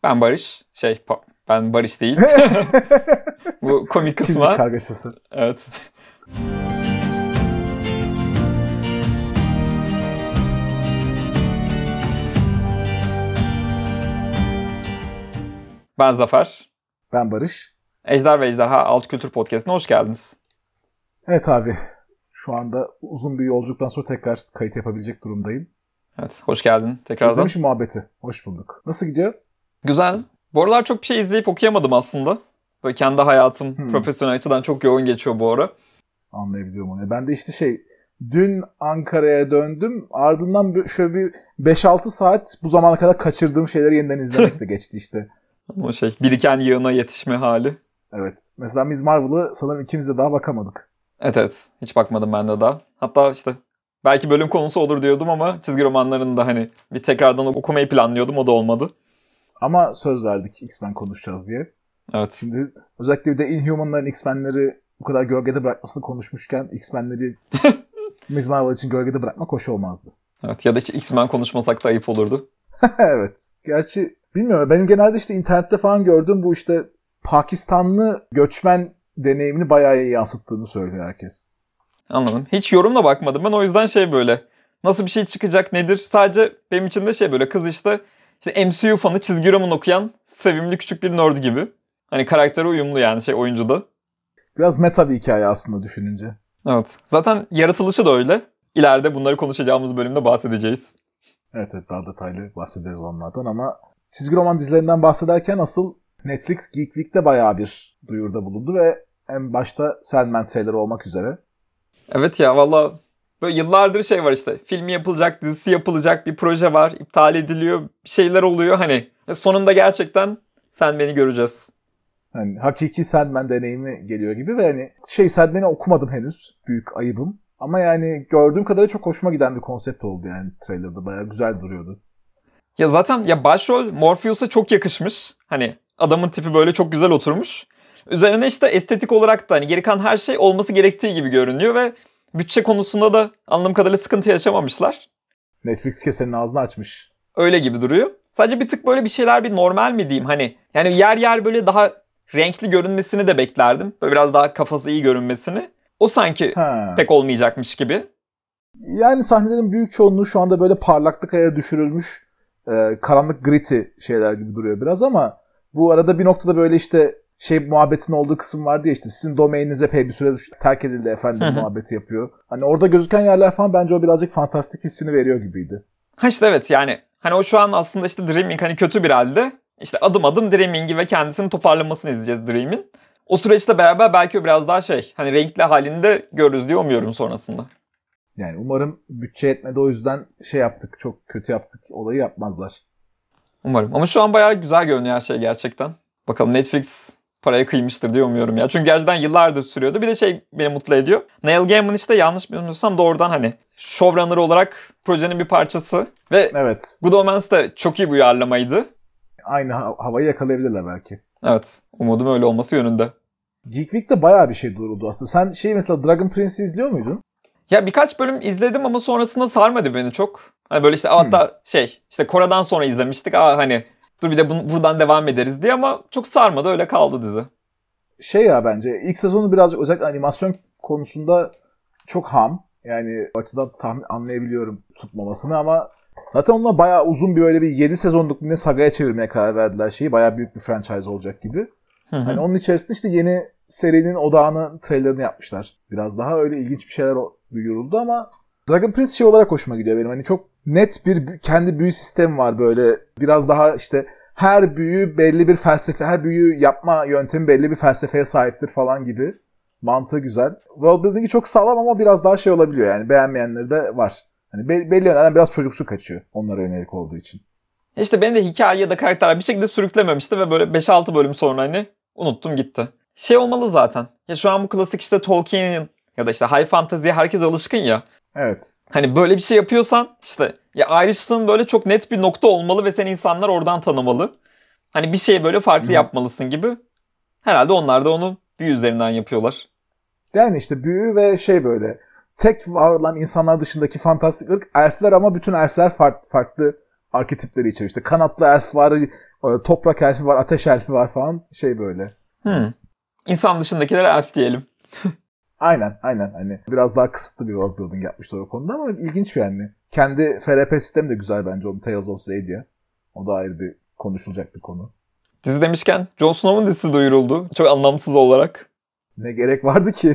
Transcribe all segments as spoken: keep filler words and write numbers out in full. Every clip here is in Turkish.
Ben Barış. Şey pa- ben Barış değil. Bu komik kısma. Kimlik kargaşası. Evet. Ben Zafer. Ben Barış. Ejder ve Ejderha Alt Kültür Podcast'ine hoş geldiniz. Evet abi. Şu anda uzun bir yolculuktan sonra tekrar kayıt yapabilecek durumdayım. Evet, hoş geldin tekrardan. Özlemişim muhabbeti. Hoş bulduk. Nasıl gidiyor? Güzel. Bu aralar çok bir şey izleyip okuyamadım aslında. Böyle kendi hayatım hmm. profesyonel açıdan çok yoğun geçiyor bu ara. Anlayabiliyorum onu. Ben de işte şey, dün Ankara'ya döndüm. Ardından şöyle bir beş altı saat bu zamana kadar kaçırdığım şeyleri yeniden izlemekle geçti işte. O şey, biriken yığına yetişme hali. Evet. Mesela Miz Marvel'ı sanırım ikimiz de daha bakamadık. Evet evet. Hiç bakmadım ben de daha. Hatta işte belki bölüm konusu olur diyordum ama çizgi romanlarını da hani bir tekrardan okumayı planlıyordum. O da olmadı. Ama söz verdik X-Men konuşacağız diye. Evet. Şimdi özellikle bir de Inhuman'ların X-Men'leri bu kadar gölgede bırakmasını konuşmuşken X-Men'leri Miz Marvel için gölgede bırakmak hoş olmazdı. Evet, ya da hiç X-Men konuşmasak da ayıp olurdu. Evet. Gerçi bilmiyorum. Benim genelde işte internette falan gördüğüm bu işte Pakistanlı göçmen deneyimini bayağı iyi yansıttığını söylüyor herkes. Anladım. Hiç yorumla bakmadım ben, o yüzden şey böyle nasıl bir şey çıkacak nedir? Sadece benim için de şey böyle kız işte, işte M C U fanı, çizgi roman okuyan sevimli küçük bir nerd gibi. Hani karakteri uyumlu yani şey oyuncu da. Biraz meta bir hikaye aslında düşününce. Evet. Zaten yaratılışı da öyle. İleride bunları konuşacağımız bölümde bahsedeceğiz. Evet, evet, daha detaylı bahsederiz onlardan ama çizgi roman dizilerinden bahsederken asıl Netflix Geek Week'te bayağı bir duyuruda bulundu ve en başta Sandman trailerı olmak üzere. Evet ya, valla böyle yıllardır şey var işte, filmi yapılacak, dizisi yapılacak, bir proje var, iptal ediliyor, bir şeyler oluyor hani. Sonunda gerçekten Sandman'i göreceğiz. Hani hakiki Sandman deneyimi geliyor gibi ve hani şey, Sandman'i okumadım henüz. Büyük ayıbım. Ama yani gördüğüm kadarıyla çok hoşuma giden bir konsept oldu yani trailer'da. Bayağı güzel duruyordu. Ya zaten ya başrol Morpheus'a çok yakışmış. Hani adamın tipi böyle çok güzel oturmuş. Üzerine işte estetik olarak da hani geri kalan her şey olması gerektiği gibi görünüyor ve bütçe konusunda da anladığım kadarıyla sıkıntı yaşamamışlar. Netflix kesenin ağzını açmış. Öyle gibi duruyor. Sadece bir tık böyle bir şeyler bir normal mi diyeyim hani. Yani yer yer böyle daha renkli görünmesini de beklerdim. Böyle biraz daha kafası iyi görünmesini. O sanki ha. pek olmayacakmış gibi. Yani sahnelerin büyük çoğunluğu şu anda böyle parlaklık ayarı düşürülmüş, e, karanlık gritty şeyler gibi duruyor biraz ama bu arada bir noktada böyle işte şey muhabbetin olduğu kısım vardı ya, işte sizin domaininiz epey bir süre terk edildi efendim Hı-hı. muhabbeti yapıyor. Hani orada gözüken yerler falan bence o birazcık fantastik hissini veriyor gibiydi. Ha işte evet yani hani o şu an aslında işte Dreaming hani kötü bir halde. İşte adım adım Dreaming'i ve kendisini toparlamasını izleyeceğiz Dream'in. O süreçte beraber belki o biraz daha şey hani renkli halinde görürüz diye umuyorum sonrasında. Yani umarım bütçe yetmedi, o yüzden şey yaptık, çok kötü yaptık olayı yapmazlar. Umarım. Ama şu an bayağı güzel görünüyor her şey gerçekten. Bakalım Netflix paraya kıymıştır diye umuyorum ya. Çünkü gerçekten yıllardır sürüyordu. Bir de şey beni mutlu ediyor. Neil Gaiman işte yanlış bilmiyorsam doğrudan hani showrunner olarak projenin bir parçası. Ve evet. Good Omens de çok iyi bir uyarlamaydı. Aynı ha- havayı yakalayabilirler belki. Evet. Umudum öyle olması yönünde. Geek Week'te bayağı bir şey duyuruldu aslında. Sen şey mesela Dragon Prince'i izliyor muydun? Ya birkaç bölüm izledim ama sonrasında sarmadı beni çok. Hani böyle işte hmm. hatta şey işte Kora'dan sonra izlemiştik. Aa hani dur bir de bu, buradan devam ederiz diye ama çok sarmadı, öyle kaldı dizi. Şey ya, bence ilk sezonu birazcık özellikle animasyon konusunda çok ham. Yani açıdan tahmin anlayabiliyorum tutmamasını ama zaten onunla bayağı uzun bir böyle bir yedi sezonluk bir sagaya çevirmeye karar verdiler şeyi. Bayağı büyük bir franchise olacak gibi. Hı hı. Hani onun içerisinde işte yeni serinin odağını, trailerını yapmışlar. Biraz daha öyle ilginç bir şeyler duyuruldu ama Dragon Prince şey olarak hoşuma gidiyor benim. Hani çok net bir kendi büyü sistemi var böyle. Biraz daha işte her büyü belli bir felsefe, her büyü yapma yöntemi belli bir felsefeye sahiptir falan gibi. Mantığı güzel. Worldbuilding'i çok sağlam ama biraz daha şey olabiliyor yani. Beğenmeyenleri de var. Hani belli yönlerden biraz çocuksu kaçıyor onlara yönelik olduğu için. İşte beni de hikaye ya da karakterler bir şekilde sürüklememişti ve böyle beş altı bölüm sonra hani unuttum gitti. Şey olmalı zaten. Ya şu an bu klasik işte Tolkien'in ya da işte high fantasy'ye herkes alışkın ya. Evet. Hani böyle bir şey yapıyorsan işte ya Irish'ın böyle çok net bir nokta olmalı ve seni insanlar oradan tanımalı. Hani bir şeyi böyle farklı Hı. yapmalısın gibi. Herhalde onlar da onu büyü üzerinden yapıyorlar. Yani işte büyü ve şey böyle tek var olan insanlar dışındaki fantastik ırk elfler ama bütün elfler farklı, farklı arketipleri içeriyor. İşte kanatlı elf var, toprak elfi var, ateş elfi var falan şey böyle. Hmm. İnsan dışındakilere elf diyelim. Aynen aynen hani biraz daha kısıtlı bir world building yapmışlar o konuda ama ilginç bir yani. Kendi F R P sistemi de güzel bence onun Tales of Xaydia. O da ayrı bir konuşulacak bir konu. Dizi demişken Jon Snow'un dizisi duyuruldu. Çok anlamsız olarak. Ne gerek vardı ki?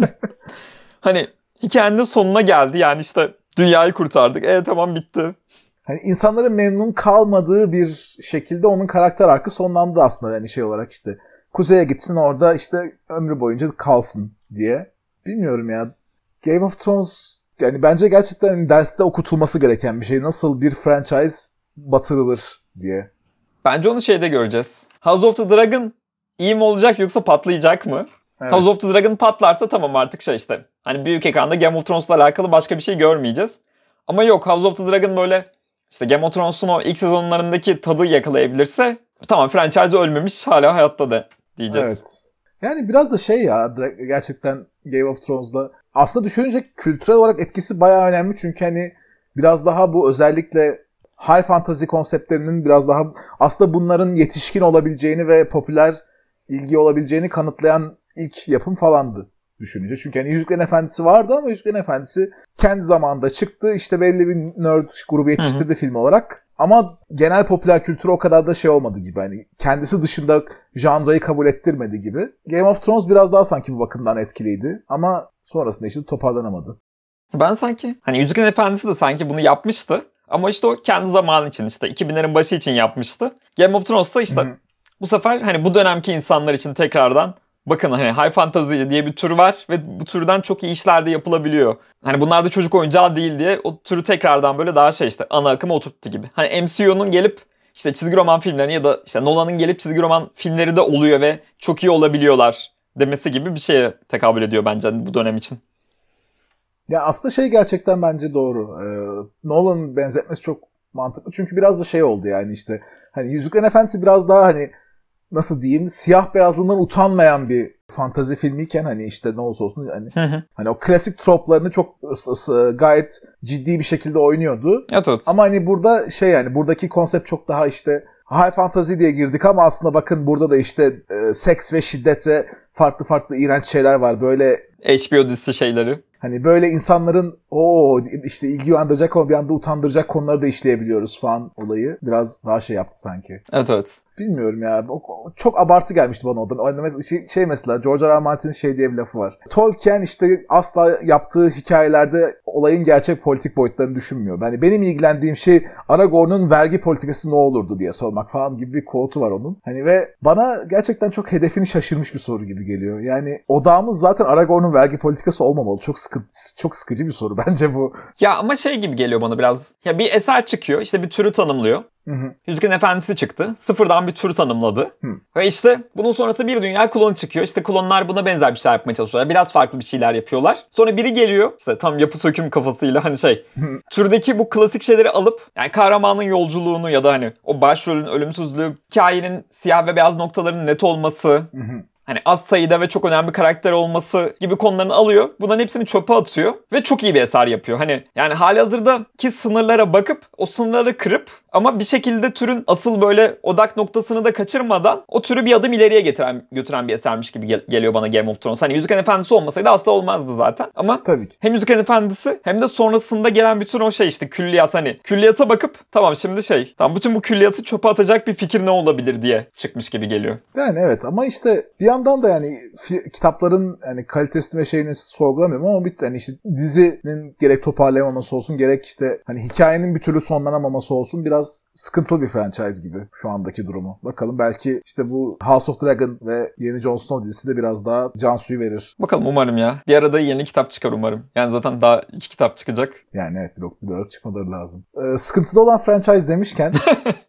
Hani hikayenin sonuna geldi yani işte dünyayı kurtardık. E tamam bitti. Hani insanların memnun kalmadığı bir şekilde onun karakter arkı sonlandı aslında yani şey olarak işte. Kuzeye gitsin orada işte ömrü boyunca kalsın diye. Bilmiyorum ya. Game of Thrones yani bence gerçekten derste okutulması gereken bir şey. Nasıl bir franchise batırılır diye. Bence onu şeyde göreceğiz. House of the Dragon iyi mi olacak yoksa patlayacak mı? Evet. House of the Dragon patlarsa tamam artık şey işte. Hani büyük ekranda Game of Thrones'la alakalı başka bir şey görmeyeceğiz. Ama yok House of the Dragon böyle işte Game of Thrones'un o ilk sezonlarındaki tadı yakalayabilirse tamam franchise ölmemiş hala hayatta da diyeceğiz. Evet. Yani biraz da şey ya gerçekten Game of Thrones'da aslında düşününce kültürel olarak etkisi bayağı önemli çünkü hani biraz daha bu özellikle high fantasy konseptlerinin biraz daha aslında bunların yetişkin olabileceğini ve popüler ilgi olabileceğini kanıtlayan ilk yapım falandı düşününce. Çünkü hani Yüzüklerin Efendisi vardı ama Yüzüklerin Efendisi kendi zamanında çıktı. İşte belli bir nerd grubu yetiştirdi hı hı. film olarak. Ama genel popüler kültürü o kadar da şey olmadı gibi. Hani kendisi dışında janrayı kabul ettirmedi gibi. Game of Thrones biraz daha sanki bu bakımdan etkiliydi. Ama sonrasında işte toparlanamadı. Ben sanki hani Yüzüklerin Efendisi de sanki bunu yapmıştı. Ama işte o kendi zamanı için işte iki binlerin başı için yapmıştı. Game of Thrones'ta işte hı hı. bu sefer hani bu dönemki insanlar için tekrardan bakın hani high fantasy diye bir tür var ve bu türden çok iyi işler de yapılabiliyor. Hani bunlar da çocuk oyuncağı değil diye o türü tekrardan böyle daha şey işte ana akıma oturttu gibi. Hani M C U'nun gelip işte çizgi roman filmlerini ya da işte Nolan'ın gelip çizgi roman filmleri de oluyor ve çok iyi olabiliyorlar demesi gibi bir şeye tekabül ediyor bence bu dönem için. Ya aslında şey gerçekten bence doğru. Ee, Nolan'ın benzetmesi çok mantıklı. Çünkü biraz da şey oldu yani işte hani Yüzüklerin Efendisi biraz daha hani nasıl diyeyim siyah beyazlığından utanmayan bir fantazi filmiyken hani işte ne olursa olsun hani, hı hı. hani o klasik troplarını çok gayet ciddi bir şekilde oynuyordu. Evet, evet. Ama hani burada şey yani buradaki konsept çok daha işte high fantasy diye girdik ama aslında bakın burada da işte e, seks ve şiddet ve farklı farklı iğrenç şeyler var. Böyle H B O dizisi şeyleri. Hani böyle insanların o işte ilgi uyandıracak ama bir anda utandıracak konuları da işleyebiliyoruz falan olayı. Biraz daha şey yaptı sanki. Evet evet. Bilmiyorum ya. Çok abartı gelmişti bana o. Şey mesela George R. R. Martin'in şey diye bir lafı var. Tolkien işte asla yaptığı hikayelerde olayın gerçek politik boyutlarını düşünmüyor. Yani benim ilgilendiğim şey Aragorn'un vergi politikası ne olurdu diye sormak falan gibi bir quote'u var onun. Hani ve bana gerçekten çok hedefini şaşırmış bir soru gibi geliyor. Yani odağımız zaten Aragorn'un vergi politikası olmamalı. Çok sıkı, çok sıkıcı bir soru bence bu. Ya ama şey gibi geliyor bana biraz. Ya bir eser çıkıyor, işte bir türü tanımlıyor. Hı hı. Yüzüklerin Efendisi çıktı. Sıfırdan bir tür tanımladı. Hı. Ve işte bunun sonrası bir dünya klon çıkıyor. İşte klonlar buna benzer bir şey yapmaya çalışıyorlar. Biraz farklı bir şeyler yapıyorlar. Sonra biri geliyor. İşte tam yapı söküm kafasıyla hani şey. Hı. Türdeki bu klasik şeyleri alıp yani kahramanın yolculuğunu ya da hani o başrolün ölümsüzlüğü, hikayenin siyah ve beyaz noktalarının net olması, hı hı. hani az sayıda ve çok önemli karakter olması gibi konularını alıyor. Bunların hepsini çöpe atıyor ve çok iyi bir eser yapıyor. Hani yani halihazırdaki sınırlara bakıp o sınırları kırıp ama bir şekilde türün asıl böyle odak noktasını da kaçırmadan o türü bir adım ileriye getiren, götüren bir esermiş gibi gel- geliyor bana Game of Thrones. Hani Yüzüklerin Efendisi olmasaydı asla olmazdı zaten. Ama tabii ki. Hem Yüzüklerin Efendisi hem de sonrasında gelen bütün o şey işte külliyat hani külliyata bakıp tamam şimdi şey tamam bütün bu külliyatı çöpe atacak bir fikir ne olabilir diye çıkmış gibi geliyor. Yani evet ama işte bir yandan da yani fi- kitapların yani kalitesini ve şeyini sorgulamıyorum ama bir yani işte dizinin gerek toparlayamaması olsun gerek işte hani hikayenin bir türlü sonlanamaması olsun biraz sıkıntılı bir franchise gibi şu andaki durumu. Bakalım belki işte bu House of Dragon ve yeni Jon Snow dizisi de biraz daha can suyu verir. Bakalım umarım ya. Bir arada yeni kitap çıkar umarım. Yani zaten daha iki kitap çıkacak. Yani evet bir arada çıkmaları lazım. Ee, sıkıntılı olan franchise demişken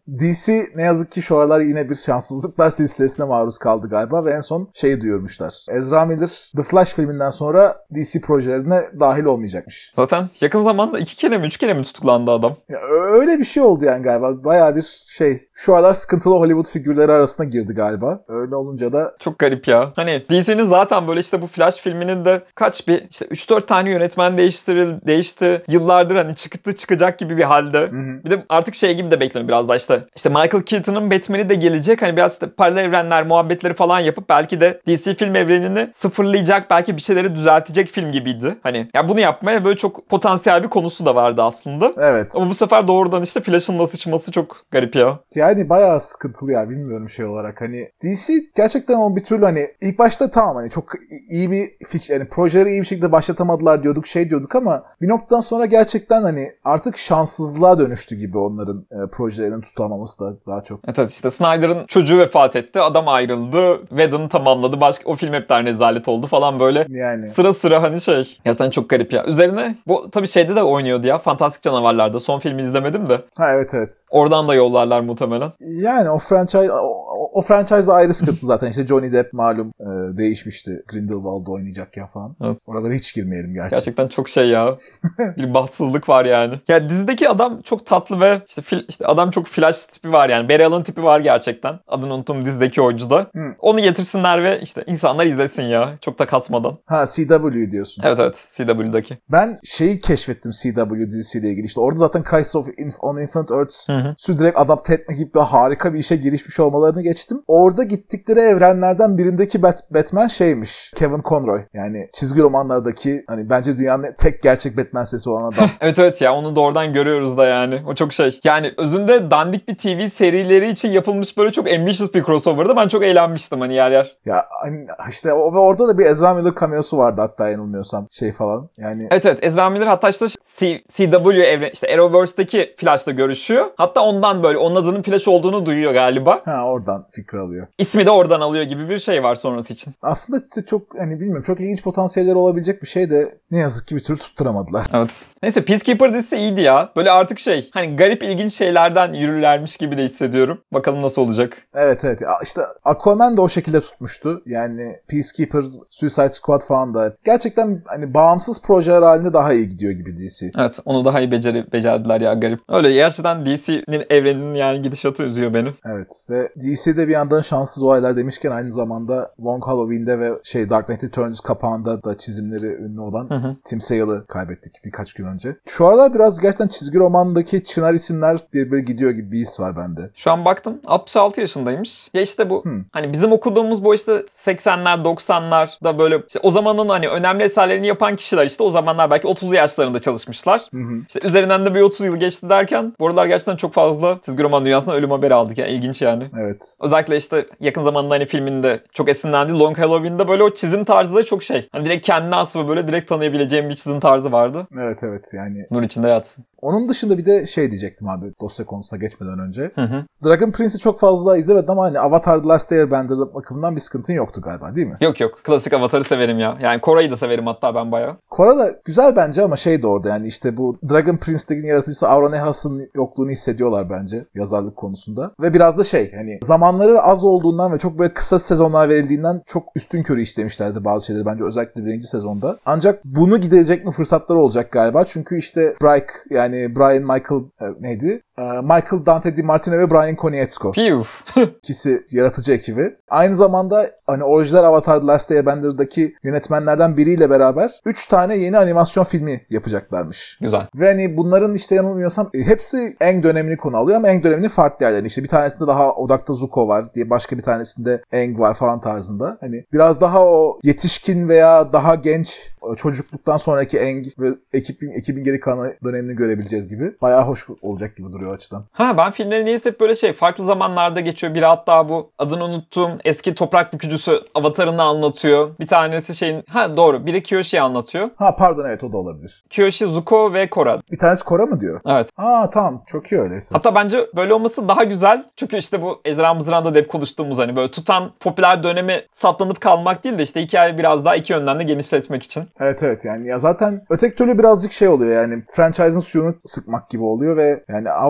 D C ne yazık ki şu aralar yine bir şanssızlıklar silsilesine maruz kaldı galiba ve en son şeyi duyurmuşlar. Ezra Miller The Flash filminden sonra D C projelerine dahil olmayacakmış. Zaten yakın zamanda iki kere mi üç kere mi tutuklandı adam? Ya öyle bir şey oldu yani galiba. Bayağı bir şey. Şu aralar sıkıntılı Hollywood figürleri arasına girdi galiba. Öyle olunca da Çok garip ya. Hani D C'nin zaten böyle işte bu Flash filminin de kaç bir işte üç dört tane yönetmen değiştiril değişti. Yıllardır hani çıktı çıkacak gibi bir halde. Hı hı. Bir de artık şey gibi de bekleniyor biraz da işte. İşte Michael Keaton'ın Batman'i de gelecek. Hani biraz işte paralel evrenler muhabbetleri falan yapıp belki de D C film evrenini sıfırlayacak, belki bir şeyleri düzeltecek film gibiydi. Hani ya bunu yapmaya böyle çok potansiyel bir konusu da vardı aslında. evet. Ama bu sefer doğrudan işte Flash'ın da sıçması çok garip ya. Yani bayağı sıkıntılı ya, bilmiyorum şey olarak. Hani D C gerçekten o bir türlü hani ilk başta tamam hani çok iyi bir fikir, yani projeleri iyi bir şekilde başlatamadılar diyorduk, şey diyorduk ama bir noktadan sonra gerçekten hani artık şanssızlığa dönüştü gibi onların e, projelerinin tutamaması da daha çok. Evet, evet işte Snyder'ın çocuğu vefat etti. Adam ayrıldı. Whedon tamamladı. Başka o film hepten rezalet oldu falan böyle. Yani. Sıra sıra hani şey. Gerçekten çok garip ya. Üzerine bu tabii şeyde de oynuyordu ya. Fantastik Canavarlar'da. Son filmi izlemedim de. Ha evet evet. Oradan da yollarlar muhtemelen. Yani o franchise o, o franchise ayrı sıkıntı zaten. İşte Johnny Depp malum e, değişmişti. Grindelwald'da oynayacakken falan. Evet. Oralara hiç girmeyelim gerçi. Gerçekten çok şey ya. Bir bahtsızlık var yani. Ya dizideki adam çok tatlı ve işte, fil, işte adam çok Flash tipi var yani. Barry Allen tipi var gerçekten. Adını unuttum dizideki oyuncuda. Hı. Onu getirsinler ve işte insanlar izlesin ya. Çok da kasmadan. Ha C W diyorsun. Evet evet. C W'daki. Ben şeyi keşfettim C W dizisiyle ilgili. İşte orada zaten Crisis of Inf- on Infinite Earths Hı hı. sü direkt adapte etme gibi bir harika bir işe girişmiş olmalarını geçtim. Orada gittikleri evrenlerden birindeki Bat- Batman şeymiş. Kevin Conroy. Yani çizgi romanlardaki hani bence dünyanın tek gerçek Batman sesi olan adam. Evet evet ya onu doğrudan görüyoruz da yani. O çok şey. Yani özünde dandik bir T V serileri için yapılmış böyle çok ambitious bir crossover'da ben çok eğlenmiştim hani yer yer. Ya hani işte o, ve orada da bir Ezra Miller cameo'su vardı hatta yanılmıyorsam şey falan. Yani Evet evet Ezra Miller hatta işte C- CW evren işte Arrowverse'deki Flash'la görüşüyor. Hatta ondan böyle onun adının Flash olduğunu duyuyor galiba. ha oradan fikri alıyor. İsmi de oradan alıyor gibi bir şey var sonrası için. Aslında çok hani bilmiyorum çok ilginç potansiyelleri olabilecek bir şey de ne yazık ki bir türlü tutturamadılar. Evet. Neyse Peacekeeper dizisi iyiydi ya. Böyle artık şey hani garip ilginç şeylerden yürürlermiş gibi de hissediyorum. Bakalım nasıl olacak. Evet evet. İşte Aquaman da o şekilde tutmuştu. Yani Peacekeeper, Suicide Squad falan da. Gerçekten hani bağımsız projeler halinde daha iyi gidiyor gibi D C. Evet onu daha iyi beceri, becerdiler ya garip. Öyle gerçekten D C'nin evreninin yani gidişatı üzüyor beni. Evet ve D C'de bir yandan şanssız olaylar demişken aynı zamanda Long Halloween'de ve şey Dark Knight Returns kapağında da çizimleri ünlü olan Hı hı. Tim Sale'ı kaybettik birkaç gün önce. Şu aralar biraz gerçekten çizgi romandaki çınar isimler birbiri gidiyor gibi bir his var bende. Şu an baktım altmış altı yaşındaymış. Ya işte bu Hmm. hani bizim okuduğumuz bu işte seksenler doksanlarda böyle işte o zamanın hani önemli eserlerini yapan kişiler işte o zamanlar belki otuzlu yaşlarında çalışmışlar. Hı hı. İşte üzerinden de bir otuz yıl geçti derken bu aralar gerçekten çok fazla çizgi roman dünyasında ölüm haberi aldık. Yani ilginç yani. Evet. Özellikle işte yakın zamanda hani filminde çok esinlendiği Long Halloween'de böyle o çizim tarzı da çok şey. Hani direkt kendine has ve böyle direkt tanıyabileceğim bir çizim tarzı vardı. Evet evet yani. Nur içinde yatsın. Onun dışında bir de şey diyecektim abi dosya konusuna geçmeden önce. Hı hı. Dragon Prince'i çok fazla izlemedim ama hani Avatar The Last Airbender bakımından bir sıkıntın yoktu galiba değil mi? Yok yok. Klasik Avatar'ı severim ya. Yani Koray'ı da severim hatta ben bayağı. Korra da güzel bence ama şey de orada yani işte bu Dragon Prince'deki yaratıcısı Aaron Ehas'ın yokluğunu hissediyorlar bence yazarlık konusunda. Ve biraz da şey hani zamanları az olduğundan ve çok böyle kısa sezonlar verildiğinden çok üstünkörü işlemişlerdi bazı şeyleri bence özellikle birinci sezonda. Ancak bunu giderecek mi fırsatları olacak galiba çünkü işte Bryke yani Brian Michael e, neydi? E, Michael Dante DiMartino ve Brian Konietzko. Piyuf. İkisi yaratıcı ekibi. Aynı zamanda hani orijinal Avatar The Last Airbender'daki yönetmenlerden biriyle beraber üç tane yeni animasyon filmi yapacaklarmış. Güzel. Ve hani bunların işte yanılmıyorsam e, hepsi Aang dönemini konu alıyor ama Aang döneminin farklı yerlerinde. İşte bir tanesinde daha odakta Zuko var diye başka bir tanesinde Aang var falan tarzında. Hani biraz daha o yetişkin veya daha genç çocukluktan sonraki Aang ve ekibin, ekibin geri kalan dönemini görebileceğiz gibi. Bayağı hoş olacak gibi duruyor o açıdan. Ha ben filmleri neyse hep böyle şey farklı zamanlarda geçiyor. Biri hatta bu adını unuttuğum eski toprak bükücüsü Avatar'ını anlatıyor. Bir tanesi şeyin ha doğru biri Kyoshi'yi anlatıyor. Ha pardon evet o da olabilir. Kyoshi, Zuko ve Korra. Bir tanesi Korra mı diyor? Evet. Aa tamam çok iyi öyleyse. Hatta bence böyle olması daha güzel. Çünkü işte bu Ejderha Mızrağı'nda da hep konuştuğumuz hani böyle tutan popüler dönemi saplanıp kalmak değil de işte hikaye biraz daha iki yönden de genişletmek için. Evet evet yani ya zaten öteki türlü birazcık şey oluyor yani franchise'ın suyunu sıkmak gibi oluyor ve yani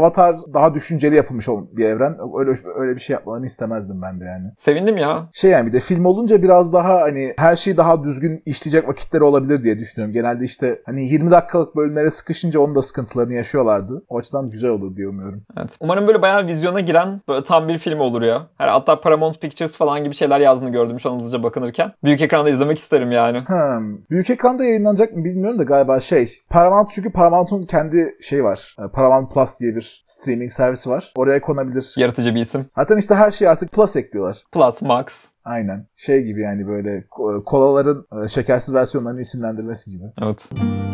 Avatar daha düşünceli yapılmış bir evren. Öyle öyle bir şey yapmalarını istemezdim ben de yani. Sevindim ya. Şey yani bir de film olunca biraz daha hani her şeyi daha düzgün işleyecek vakitleri olabilir diye düşünüyorum. Genelde işte hani yirmi dakikalık bölümlere sıkışınca onun da sıkıntılarını yaşıyorlardı. O açıdan güzel olur diye umuyorum. Evet. Umarım böyle bayağı vizyona giren böyle tam bir film olur ya. Her hatta Paramount Pictures falan gibi şeyler yazdığını gördüm şu an hızlıca bakınırken. Büyük ekranda izlemek isterim yani. Hmm. Büyük ekranda yayınlanacak mı bilmiyorum da galiba şey. Paramount çünkü Paramount'un kendi şey var. Paramount Plus diye bir streaming servisi var. Oraya konabilir. Yaratıcı bir isim. Zaten işte her şeyi artık Plus ekliyorlar. Plus, Max. Aynen. Şey gibi yani böyle kolaların şekersiz versiyonlarını isimlendirmesi gibi. Evet.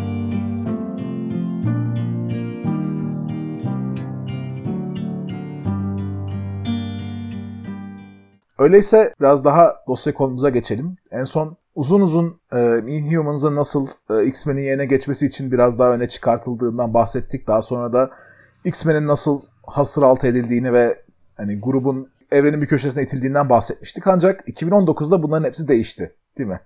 Öyleyse biraz daha dosya konumuza geçelim. En son uzun uzun e, Inhumans'ın nasıl e, X-Men'in yerine geçmesi için biraz daha öne çıkartıldığından bahsettik. Daha sonra da X-Men'in nasıl hasır altı edildiğini ve hani grubun evrenin bir köşesine itildiğinden bahsetmiştik. Ancak iki bin on dokuzda bunların hepsi değişti, değil mi?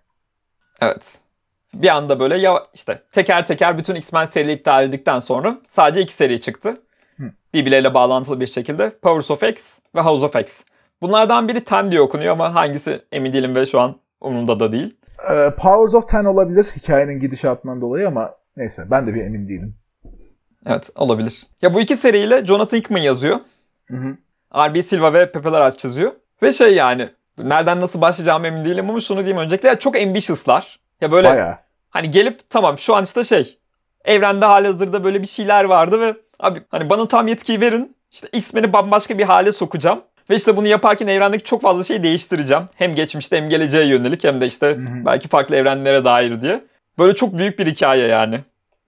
Evet. Bir anda böyle ya işte teker teker bütün X-Men serileri iptal edildikten sonra sadece iki seri çıktı. Hı. Birbirleriyle bağlantılı bir şekilde. Powers of X ve House of X. Bunlardan biri Ten diye okunuyor ama hangisi emin değilim ve şu an umurumda da değil. Ee, Powers of Ten olabilir hikayenin gidişatından dolayı ama neyse ben de bir emin değilim. Evet, olabilir. Ya bu iki seriyle Jonathan Hickman yazıyor. Hı hı. R B Silva ve Pepe Larraz çiziyor. Ve şey yani nereden nasıl başlayacağım emin değilim ama şunu diyeyim öncelikle ya çok ambitious'lar. Ya böyle Bayağı. Hani gelip tamam şu an işte şey evrende halihazırda böyle bir şeyler vardı ve abi hani bana tam yetkiyi verin. İşte X-Men'i bambaşka bir hale sokacağım. Ve işte bunu yaparken evrendeki çok fazla şeyi değiştireceğim. Hem geçmişte hem geleceğe yönelik hem de işte Hı-hı. belki farklı evrenlere dair diye. Böyle çok büyük bir hikaye yani.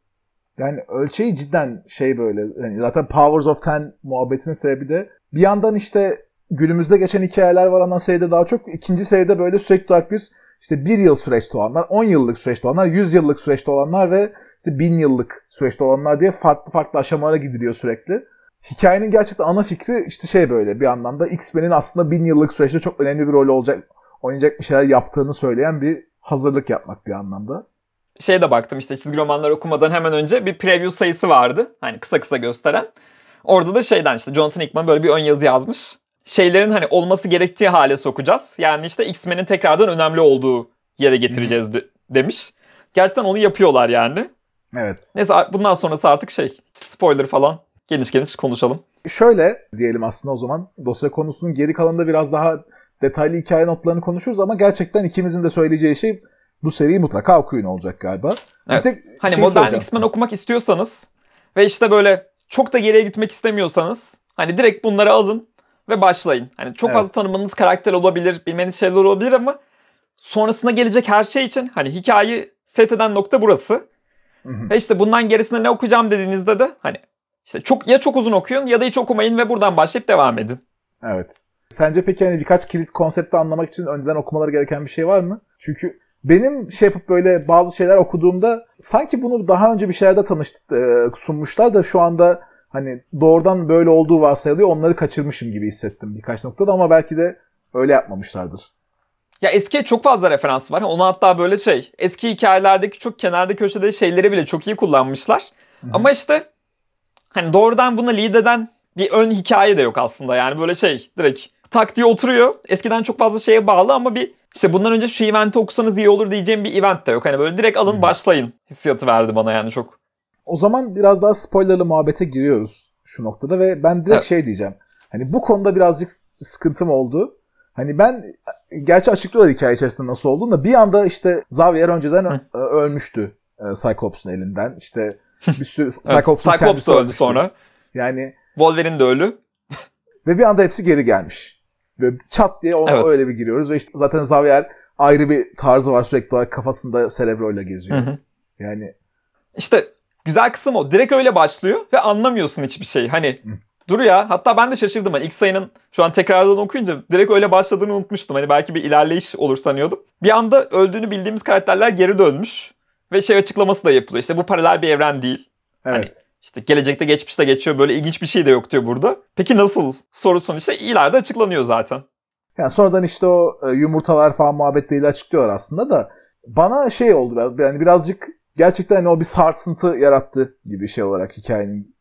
Yani ölçeği cidden şey böyle. Yani zaten Powers of Ten muhabbetinin sebebi de bir yandan işte günümüzde geçen hikayeler var ana seride daha çok. İkinci seride böyle sürekli olarak bir işte bir yıl süreçte olanlar, on yıllık süreçte olanlar, yüz yıllık süreçte olanlar ve işte bin yıllık süreçte olanlar diye farklı farklı aşamalara gidiliyor sürekli. Hikayenin gerçekten ana fikri işte şey böyle bir anlamda X-Men'in aslında bin yıllık süreçte çok önemli bir rol olacak, oynayacak bir şeyler yaptığını söyleyen bir hazırlık yapmak bir anlamda. Şeye de baktım işte çizgi romanları okumadan hemen önce bir preview sayısı vardı. Hani kısa kısa gösteren. Orada da şeyden işte Jonathan Hickman böyle bir ön yazı yazmış. Şeylerin hani olması gerektiği hale sokacağız. Yani işte X-Men'in tekrardan önemli olduğu yere getireceğiz de- demiş. Gerçekten onu yapıyorlar yani. Evet. Neyse bundan sonrası artık şey spoiler falan geniş geniş konuşalım. Şöyle diyelim aslında o zaman dosya konusunun geri kalanında biraz daha detaylı hikaye notlarını konuşuruz ama gerçekten ikimizin de söyleyeceği şey bu seriyi mutlaka okuyun olacak galiba. Evet. Tek hani şey modern soracağım. X-Men okumak istiyorsanız ve işte böyle çok da geriye gitmek istemiyorsanız hani direkt bunları alın ve başlayın. Hani çok evet. fazla tanımanız karakter olabilir, bilmeniz şeyler olabilir ama sonrasına gelecek her şey için hani hikayeyi set eden nokta burası. Hı hı. Ve işte bundan gerisinde ne okuyacağım dediğinizde de hani işte çok ya çok uzun okuyun ya da hiç okumayın ve buradan başlayıp devam edin. Evet. Sence peki hani birkaç kilit konsepti anlamak için önceden okumaları gereken bir şey var mı? Çünkü benim şey yapıp böyle bazı şeyler okuduğumda sanki bunu daha önce bir şeylerde tanıştı, sunmuşlar da şu anda hani doğrudan böyle olduğu varsayılıyor. Onları kaçırmışım gibi hissettim birkaç noktada ama belki de öyle yapmamışlardır. Ya eskiye çok fazla referans var. Onu hatta böyle şey eski hikayelerdeki çok kenarda köşede şeyleri bile çok iyi kullanmışlar. Hı-hı. Ama işte hani doğrudan bunu lead eden bir ön hikaye de yok aslında. Yani böyle şey direkt tak diye oturuyor. Eskiden çok fazla şeye bağlı ama bir işte bundan önce şu eventi okusanız iyi olur diyeceğim bir event de yok. Hani böyle direkt alın Hı-hı. başlayın hissiyatı verdi bana yani çok. O zaman biraz daha spoilerlı muhabbete giriyoruz şu noktada ve ben direkt evet. şey diyeceğim. Hani bu konuda birazcık sıkıntım oldu. Hani ben gerçi açıklıyorlar hikaye içerisinde nasıl olduğunu da bir anda işte Xavier önceden Hı. ölmüştü Cyclops'un elinden. İşte bir sürü Cyclops'un evet, kendisi öldü ölmüştü. Sonra. Yani Wolverine de ölü. Ve bir anda hepsi geri gelmiş. Böyle çat diye ona evet. öyle bir giriyoruz ve işte zaten Xavier ayrı bir tarzı var sürekli olarak kafasında Cerebro'yla geziyor. Hı hı. Yani işte güzel kısım o. Direkt öyle başlıyor ve anlamıyorsun hiçbir şey. Hani Hı. dur ya. Hatta ben de şaşırdım. Hani ilk sayının şu an tekrardan okuyunca direkt öyle başladığını unutmuştum. Hani belki bir ilerleyiş olur sanıyordum. Bir anda öldüğünü bildiğimiz karakterler geri dönmüş. Ve şey açıklaması da yapılıyor. İşte bu paralel bir evren değil. Evet. Hani işte gelecekte geçmişte geçiyor. Böyle ilginç bir şey de yok diyor burada. Peki nasıl sorusun işte ileride açıklanıyor zaten. Yani sonradan işte o yumurtalar falan muhabbetleriyle açıklıyorlar aslında da. Bana şey oldu yani birazcık gerçekten hani o bir sarsıntı yarattı gibi şey olarak hikayenin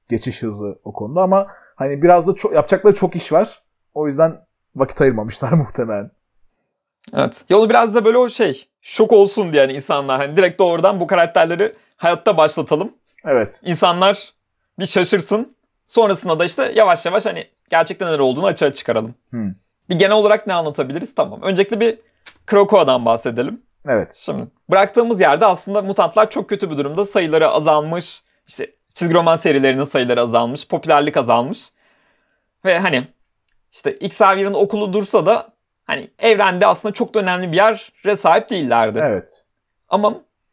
geçiş hızı o konuda ama hani biraz da çok, yapacakları çok iş var. O yüzden vakit ayırmamışlar muhtemelen. Evet. Ya onu biraz da böyle o şey şok olsun diye yani insanlar hani direkt doğrudan bu karakterleri hayatta başlatalım. Evet. İnsanlar bir şaşırsın. Sonrasında da işte yavaş yavaş hani gerçekten neler olduğunu açığa çıkaralım. Hmm. Bir genel olarak ne anlatabiliriz? Tamam. Öncelikle bir Krakoa'dan bahsedelim. Evet. Şimdi bıraktığımız yerde aslında mutantlar çok kötü bir durumda. Sayıları azalmış. İşte çizgi roman serilerinin sayıları azalmış. Popülerlik azalmış. Ve hani işte Xavier'in okulu dursa da hani evrende aslında çok da önemli bir yere sahip değillerdi. Evet. Ama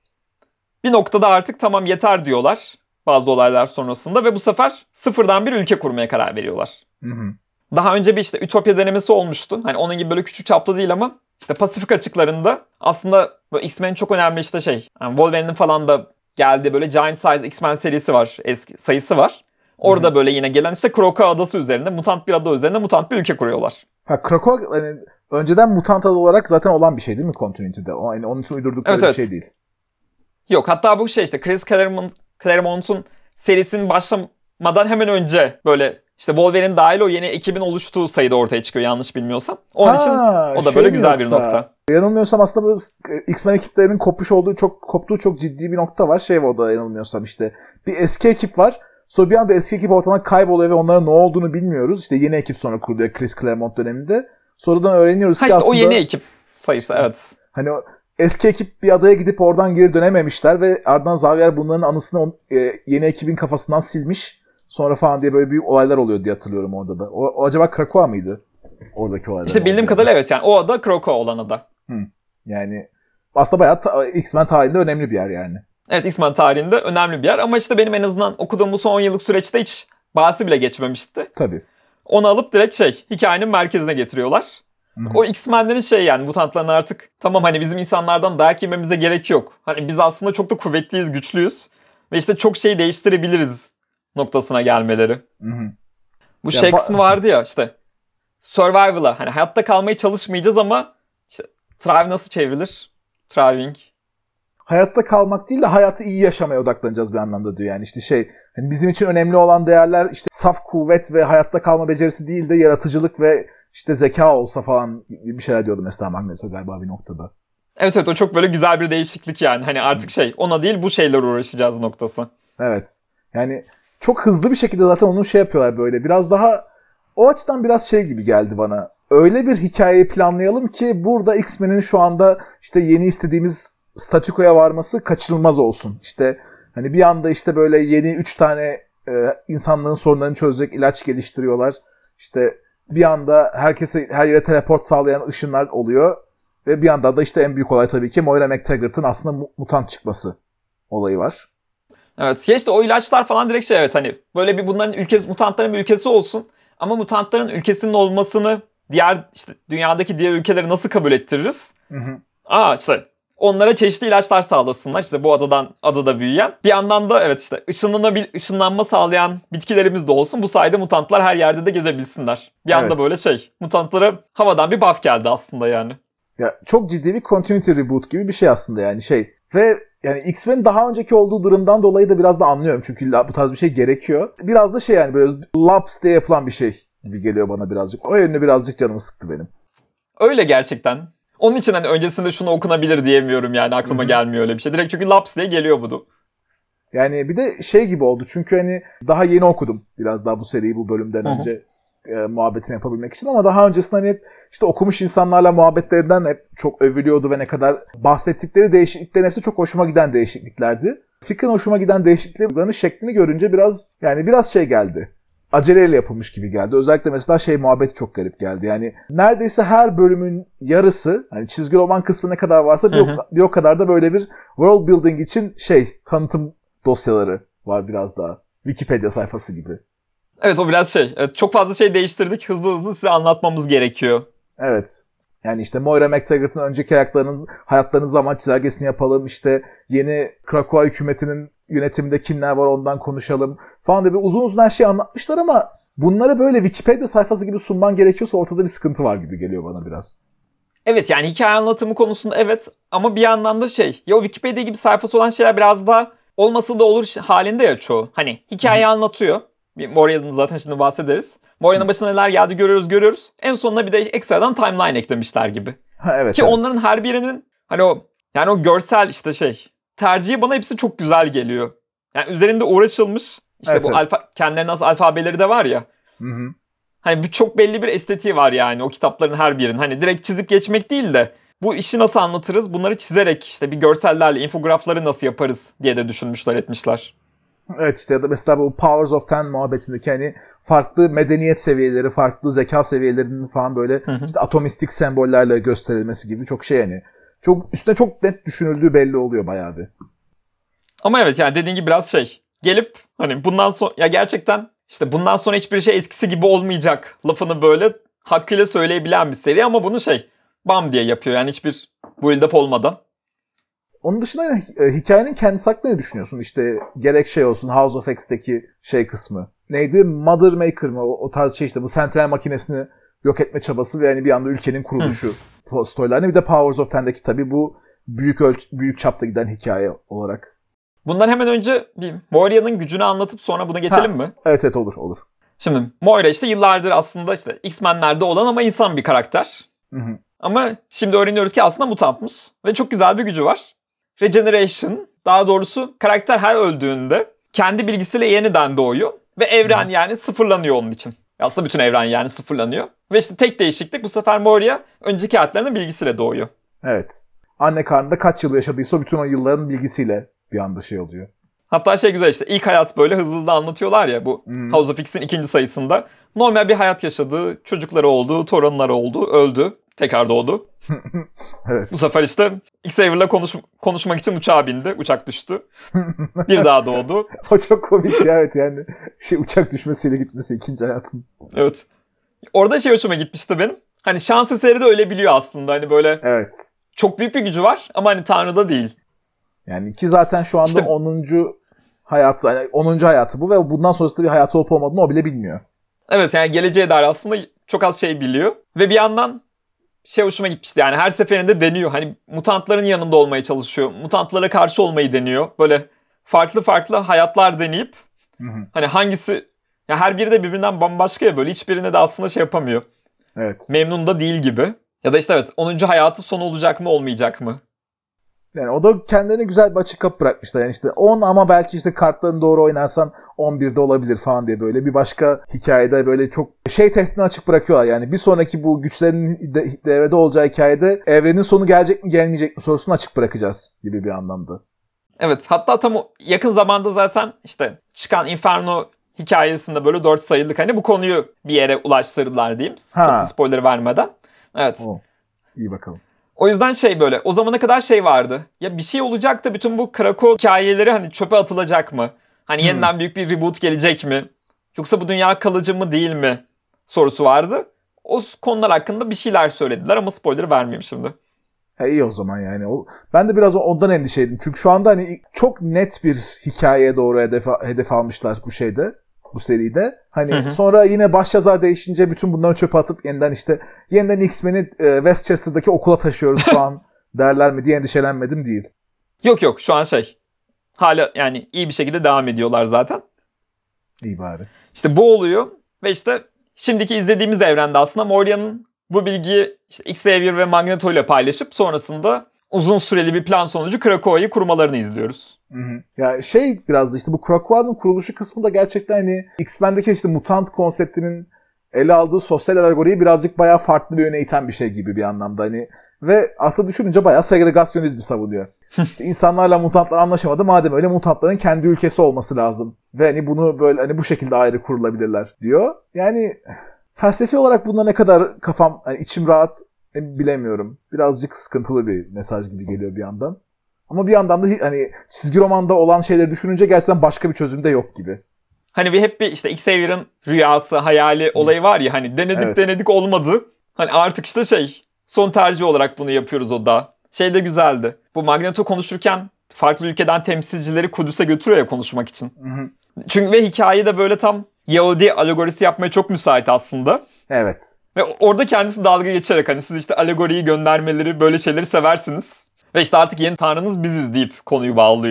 bir noktada artık tamam yeter diyorlar bazı olaylar sonrasında ve bu sefer sıfırdan bir ülke kurmaya karar veriyorlar. Hı hı. Daha önce bir işte Ütopya denemesi olmuştu. Hani onun gibi böyle küçük çaplı değil ama işte Pasifik açıklarında aslında böyle X-Men'in çok önemli işte şey. Yani Wolverine'in falan da geldiği böyle Giant Size X-Men serisi var. Eski sayısı var. Orada Hı-hı. böyle yine gelen işte Krakoa adası üzerinde mutant bir ada üzerinde mutant bir ülke kuruyorlar. Ha Krakoa hani önceden mutant adı olarak zaten olan bir şey değil mi Continuity'de? O, yani onun için uydurdukları evet, bir evet. şey değil. Yok hatta bu şey işte Chris Claremont, Claremont'un serisinin başlamadan hemen önce böyle işte Wolverine dahil o yeni ekibin oluştuğu sayıda ortaya çıkıyor yanlış bilmiyorsam. Onun ha, için o da şey böyle güzel yoksa, bir nokta. Yanılmıyorsam aslında bu X-Men ekiplerinin kopmuş olduğu çok koptuğu çok ciddi bir nokta var. Şey o da yanılmıyorsam işte bir eski ekip var. Sonra bir anda eski ekip ortadan kayboluyor ve onların ne olduğunu bilmiyoruz. İşte yeni ekip sonra kuruluyor Chris Claremont döneminde. Sonradan öğreniyoruz ha ki işte aslında... o yeni ekip sayısı evet. Hani o eski ekip bir adaya gidip oradan geri dönememişler ve ardından Xavier bunların anısını e, yeni ekibin kafasından silmiş. Sonra falan diye böyle büyük olaylar oluyor diye hatırlıyorum orada da. O, o acaba Krakoa mıydı? Oradaki olaylar. İşte bildiğim kadarıyla evet yani o ada Krakoa olan ada. Hı. Yani aslında bayağı ta- X-Men tarihinde önemli bir yer yani. Evet X-Men tarihinde önemli bir yer ama işte benim en azından okuduğum bu son on yıllık süreçte hiç bahsi bile geçmemişti. Tabii. Onu alıp direkt şey hikayenin merkezine getiriyorlar. Hı-hı. O X-Men'lerin şey yani mutantların artık tamam hani bizim insanlardan dayak yememize gerek yok. Hani biz aslında çok da kuvvetliyiz, güçlüyüz ve işte çok şey değiştirebiliriz noktasına gelmeleri. Hı-hı. Bu ya şey ba- kısmı vardı ya işte survival'a hani hayatta kalmaya çalışmayacağız ama işte thrive nasıl çevrilir? Thriving. Hayatta kalmak değil de hayatı iyi yaşamaya odaklanacağız bir anlamda diyor yani işte şey hani bizim için önemli olan değerler işte saf kuvvet ve hayatta kalma becerisi değil de yaratıcılık ve işte zeka olsa falan bir şeyler diyordu mesela Magneto galiba bir noktada. Evet evet o çok böyle güzel bir değişiklik yani hani artık şey ona değil bu şeyler uğraşacağız noktası. Evet yani çok hızlı bir şekilde zaten onu şey yapıyorlar böyle biraz daha o açıdan biraz şey gibi geldi bana. Öyle bir hikayeyi planlayalım ki burada X-Men'in şu anda işte yeni istediğimiz statükoya varması kaçınılmaz olsun. İşte hani bir anda işte böyle yeni üç tane e, insanlığın sorunlarını çözecek ilaç geliştiriyorlar. İşte bir anda herkese her yere teleport sağlayan ışınlar oluyor. Ve bir yandan da işte en büyük olay tabii ki Moira McTaggart'ın aslında mutant çıkması olayı var. Evet ya işte o ilaçlar falan direkt şey evet hani böyle bir bunların ülkesi mutantların bir ülkesi olsun. Ama mutantların ülkesinin olmasını diğer işte dünyadaki diğer ülkeleri nasıl kabul ettiririz? Hı hı. Aa işte onlara çeşitli ilaçlar sağlasınlar. İşte bu adadan adada büyüyen. Bir yandan da evet işte ışınlanabil, ışınlanma sağlayan bitkilerimiz de olsun. Bu sayede mutantlar her yerde de gezebilsinler. Bir anda evet. Böyle şey mutantlara havadan bir buff geldi aslında yani. Ya çok ciddi bir continuity reboot gibi bir şey aslında yani şey. Ve yani X-Men'in daha önceki olduğu durumdan dolayı da biraz da anlıyorum. Çünkü bu tarz bir şey gerekiyor. Biraz da şey yani böyle laps diye yapılan bir şey gibi geliyor bana birazcık. O yönüne birazcık canımı sıktı benim. Öyle gerçekten. Onun için hani öncesinde şunu okunabilir diyemiyorum yani aklıma Hı-hı. gelmiyor öyle bir şey. Direkt çünkü laps diye geliyor bu. Yani bir de şey gibi oldu çünkü hani daha yeni okudum biraz daha bu seriyi bu bölümden Hı-hı. önce e, muhabbetini yapabilmek için ama daha öncesinde hani hep işte okumuş insanlarla muhabbetlerinden hep çok övülüyordu ve ne kadar bahsettikleri değişikliklerin hepsi çok hoşuma giden değişikliklerdi. Fikrin hoşuma giden değişikliklerin şeklini görünce biraz yani biraz şey geldi. Aceleyle yapılmış gibi geldi. Özellikle mesela şey muhabbeti çok garip geldi. Yani neredeyse her bölümün yarısı hani çizgi roman kısmı ne kadar varsa bir o, bir o kadar da böyle bir world building için şey tanıtım dosyaları var biraz daha. Wikipedia sayfası gibi. Evet o biraz şey. Evet, çok fazla şey değiştirdik. Hızlı hızlı size anlatmamız gerekiyor. Evet. Yani işte Moira McTaggart'ın önceki hayatlarının, hayatlarının zaman çizelgesini yapalım. İşte yeni Krakoa hükümetinin yönetiminde kimler var ondan konuşalım falan diye bir uzun uzun her şeyi anlatmışlar ama bunları böyle Wikipedia sayfası gibi sunman gerekiyorsa ortada bir sıkıntı var gibi geliyor bana biraz. Evet yani hikaye anlatımı konusunda evet ama bir yandan da şey ya o Wikipedia gibi sayfası olan şeyler biraz daha olması da olur halinde ya çoğu. Hani hikayeyi anlatıyor. Bir Moria'nın zaten şimdi bahsederiz. Moria'nın başına neler geldi görüyoruz görüyoruz. En sonuna bir de ekstradan timeline eklemişler gibi. Ha, evet, Ki evet. onların her birinin hani o yani o görsel işte şey tercihi bana hepsi çok güzel geliyor. Yani üzerinde uğraşılmış. İşte Evet, bu evet. alfa, kendilerine az alfabeleri de var ya. Hı hı. Hani bir çok belli bir estetiği var yani o kitapların her birinin. Hani direkt çizip geçmek değil de bu işi nasıl anlatırız? Bunları çizerek işte bir görsellerle infografları nasıl yaparız diye de düşünmüşler etmişler. Evet, işte ya da mesela bu Powers of Ten muhabbetindeki hani farklı medeniyet seviyeleri, farklı zeka seviyelerinin falan böyle Hı hı. işte atomistik sembollerle gösterilmesi gibi çok şey hani. Çok üstüne çok net düşünüldüğü belli oluyor bayağı bir. Ama evet yani dediğin gibi biraz şey gelip hani bundan sonra ya gerçekten işte bundan sonra hiçbir şey eskisi gibi olmayacak lafını böyle hakkıyla söyleyebilen bir seri ama bunu şey bam diye yapıyor yani hiçbir build up olmadan. Onun dışında hani, e, hikayenin kendisi hakkında ne düşünüyorsun? İşte gerek şey olsun House of X'teki şey kısmı. Neydi? Mother Maker mı? O, o tarz şey işte bu sentral makinesini yok etme çabası ve yani bir anda ülkenin kuruluşu storylerine. Bir de Powers of Ten'deki tabii bu büyük ölç büyük çapta giden hikaye olarak. Bundan hemen önce bir Moira'nın gücünü anlatıp sonra buna geçelim Ha, mi? Evet evet olur olur. Şimdi Moira işte yıllardır aslında işte X-Men'lerde olan ama insan bir karakter. Hı hı. Ama şimdi öğreniyoruz ki aslında mutantmış. Ve çok güzel bir gücü var. Regeneration, daha doğrusu karakter her öldüğünde kendi bilgisiyle yeniden doğuyor. Ve evren yani sıfırlanıyor onun için. Aslında bütün evren yani sıfırlanıyor. Ve işte tek değişiklik bu sefer Moira önceki hayatlarının bilgisiyle doğuyor. Evet. Anne karnında kaç yıl yaşadıysa bütün o yılların bilgisiyle bir anda şey oluyor. Hatta şey güzel işte ilk hayat böyle hızlı hızlı anlatıyorlar ya bu Hmm. House of X'in ikinci sayısında. Normal bir hayat yaşadı, çocukları oldu, torunları oldu, öldü, tekrar doğdu. Evet. Bu sefer işte Xavier'la konuş konuşmak için uçağa bindi, uçak düştü. Bir daha doğdu. O çok komik ya, evet yani şey uçak düşmesiyle gitmesi ikinci hayatın. Evet. Orada şey hoşuma gitmişti benim. Hani şans eseri de ölebiliyor aslında. Hani böyle Evet. çok büyük bir gücü var ama hani Tanrı'da değil. Yani ki zaten şu anda İşte- onuncu hayatı, yani onuncu hayatı bu ve bundan sonrasında bir hayatı olup olmadığını o bile bilmiyor. Evet yani geleceğe dair aslında çok az şey biliyor. Ve bir yandan şey hoşuma gitmişti yani her seferinde deniyor. Hani mutantların yanında olmaya çalışıyor. Mutantlara karşı olmayı deniyor. Böyle farklı farklı hayatlar deneyip Hı hı. hani hangisi ya her biri de birbirinden bambaşka ya böyle hiçbirine de aslında şey yapamıyor. Evet. Memnun da değil gibi. Ya da işte evet onuncu hayatı sonu olacak mı olmayacak mı? Yani o da kendine güzel bir açık kapı bırakmışlar. Yani işte on ama belki işte kartlarını doğru oynarsan on birde olabilir falan diye böyle bir başka hikayede böyle çok şey tehditini açık bırakıyorlar. Yani bir sonraki bu güçlerin de, devrede olacağı hikayede evrenin sonu gelecek mi gelmeyecek mi sorusunu açık bırakacağız gibi bir anlamda. Evet hatta tam o yakın zamanda zaten işte çıkan Inferno hikayesinde böyle dört sayılık hani bu konuyu bir yere ulaştırdılar diyeyim. Ha. Çok da spoiler vermeden. Evet. O. İyi bakalım. O yüzden şey böyle o zamana kadar şey vardı. Ya bir şey olacak da bütün bu Krakow hikayeleri hani çöpe atılacak mı? Hani Hmm. yeniden büyük bir reboot gelecek mi? Yoksa bu dünya kalıcı mı değil mi? Sorusu vardı. O konular hakkında bir şeyler söylediler ama spoiler vermeyeyim şimdi. Ha, iyi o zaman yani. O, ben de biraz ondan endişeydim. Çünkü şu anda hani çok net bir hikayeye doğru hedef, hedef almışlar bu şeyde. Bu seride. Hani Hı hı. sonra yine başyazar değişince bütün bunları çöpe atıp yeniden işte yeniden X-Men'i e, Westchester'daki okula taşıyoruz falan derler mi diye endişelenmedim değil. Yok yok şu an şey. Hala yani iyi bir şekilde devam ediyorlar zaten. İyi bari. İşte bu oluyor ve işte şimdiki izlediğimiz evrende aslında Moira'nın bu bilgiyi işte Xavier ve Magneto ile paylaşıp sonrasında uzun süreli bir plan sonucu Krakow'u kurmalarını izliyoruz. Hı hı. Ya şey biraz da işte bu Krakow'un kuruluşu kısmı da gerçekten hani X-Men'deki işte mutant konseptinin ele aldığı sosyal alegoriyi birazcık bayağı farklı bir yöne iten bir şey gibi bir anlamda hani ve aslında düşününce bayağı segregasyonizmi savunuyor. İşte insanlarla mutantlar anlaşamadı, madem öyle mutantların kendi ülkesi olması lazım ve hani bunu böyle hani bu şekilde ayrı kurulabilirler diyor. Yani felsefi olarak bunda ne kadar kafam hani içim rahat bilemiyorum. Birazcık sıkıntılı bir mesaj gibi geliyor bir yandan. Ama bir yandan da hani çizgi romanda olan şeyleri düşününce gerçekten başka bir çözüm de yok gibi. Hani bir hep bir işte Xavier'ın rüyası, hayali olayı var ya hani denedik Evet. denedik olmadı. Hani artık işte şey son tercih olarak bunu yapıyoruz o da. Şey de güzeldi. Bu Magneto konuşurken farklı ülkeden temsilcileri Kudüs'e götürüyor ya konuşmak için. Hı hı. Çünkü ve hikaye de böyle tam Yahudi alegorisi yapmaya çok müsait aslında. Evet. Ve orada kendisi dalga geçerek hani siz işte alegoriyi göndermeleri böyle şeyleri seversiniz. Ve işte artık yeni tanrınız biziz deyip konuyu bağlıyor.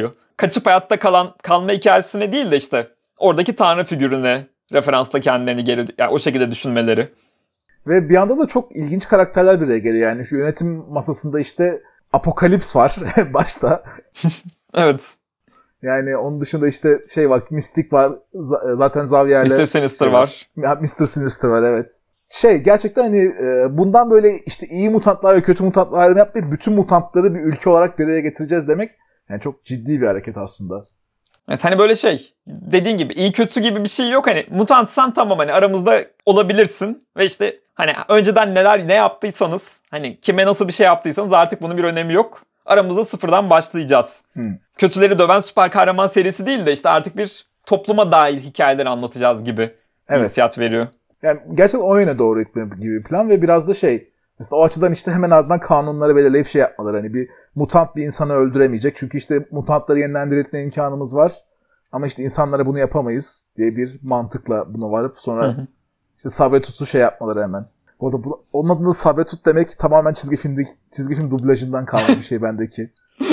kaçıp hayatta kalan kalma hikayesine değil de işte oradaki tanrı figürüne referansla kendilerini geri yani o şekilde düşünmeleri. Ve bir yandan da çok ilginç karakterler bir araya geliyor. Yani şu yönetim masasında işte Apokalips var başta. Evet. Yani onun dışında işte şey var, Mystic var. Z- zaten Xavier'le mister Sinister şey var. var. mister Sinister var, evet. Şey gerçekten hani bundan böyle işte iyi mutantlar ve kötü mutantlar ayrımı yapmayıp bütün mutantları bir ülke olarak bir araya getireceğiz demek yani çok ciddi bir hareket aslında. Evet hani böyle şey dediğin gibi iyi kötü gibi bir şey yok. Hani mutantsan tamam hani aramızda olabilirsin ve işte hani önceden neler ne yaptıysanız hani kime nasıl bir şey yaptıysanız artık bunun bir önemi yok. Aramızda sıfırdan başlayacağız. Hmm. Kötüleri döven süper kahraman serisi değil de işte artık bir topluma dair hikayeler anlatacağız gibi evet. hissiyat veriyor. Yani gerçekten o yöne doğru gitme gibi bir plan ve biraz da şey mesela o açıdan işte hemen ardından kanunları belirleyip şey yapmaları. Hani bir mutant bir insanı öldüremeyecek. Çünkü işte mutantları yeniden diriltme imkanımız var. Ama işte insanlara bunu yapamayız diye bir mantıkla buna varıp sonra hı hı. işte Sabretut'u şey yapmaları hemen. Bu arada bu, onun adını Sabretut demek tamamen çizgi filmde çizgi film dublajından kalma bir şey bendeki.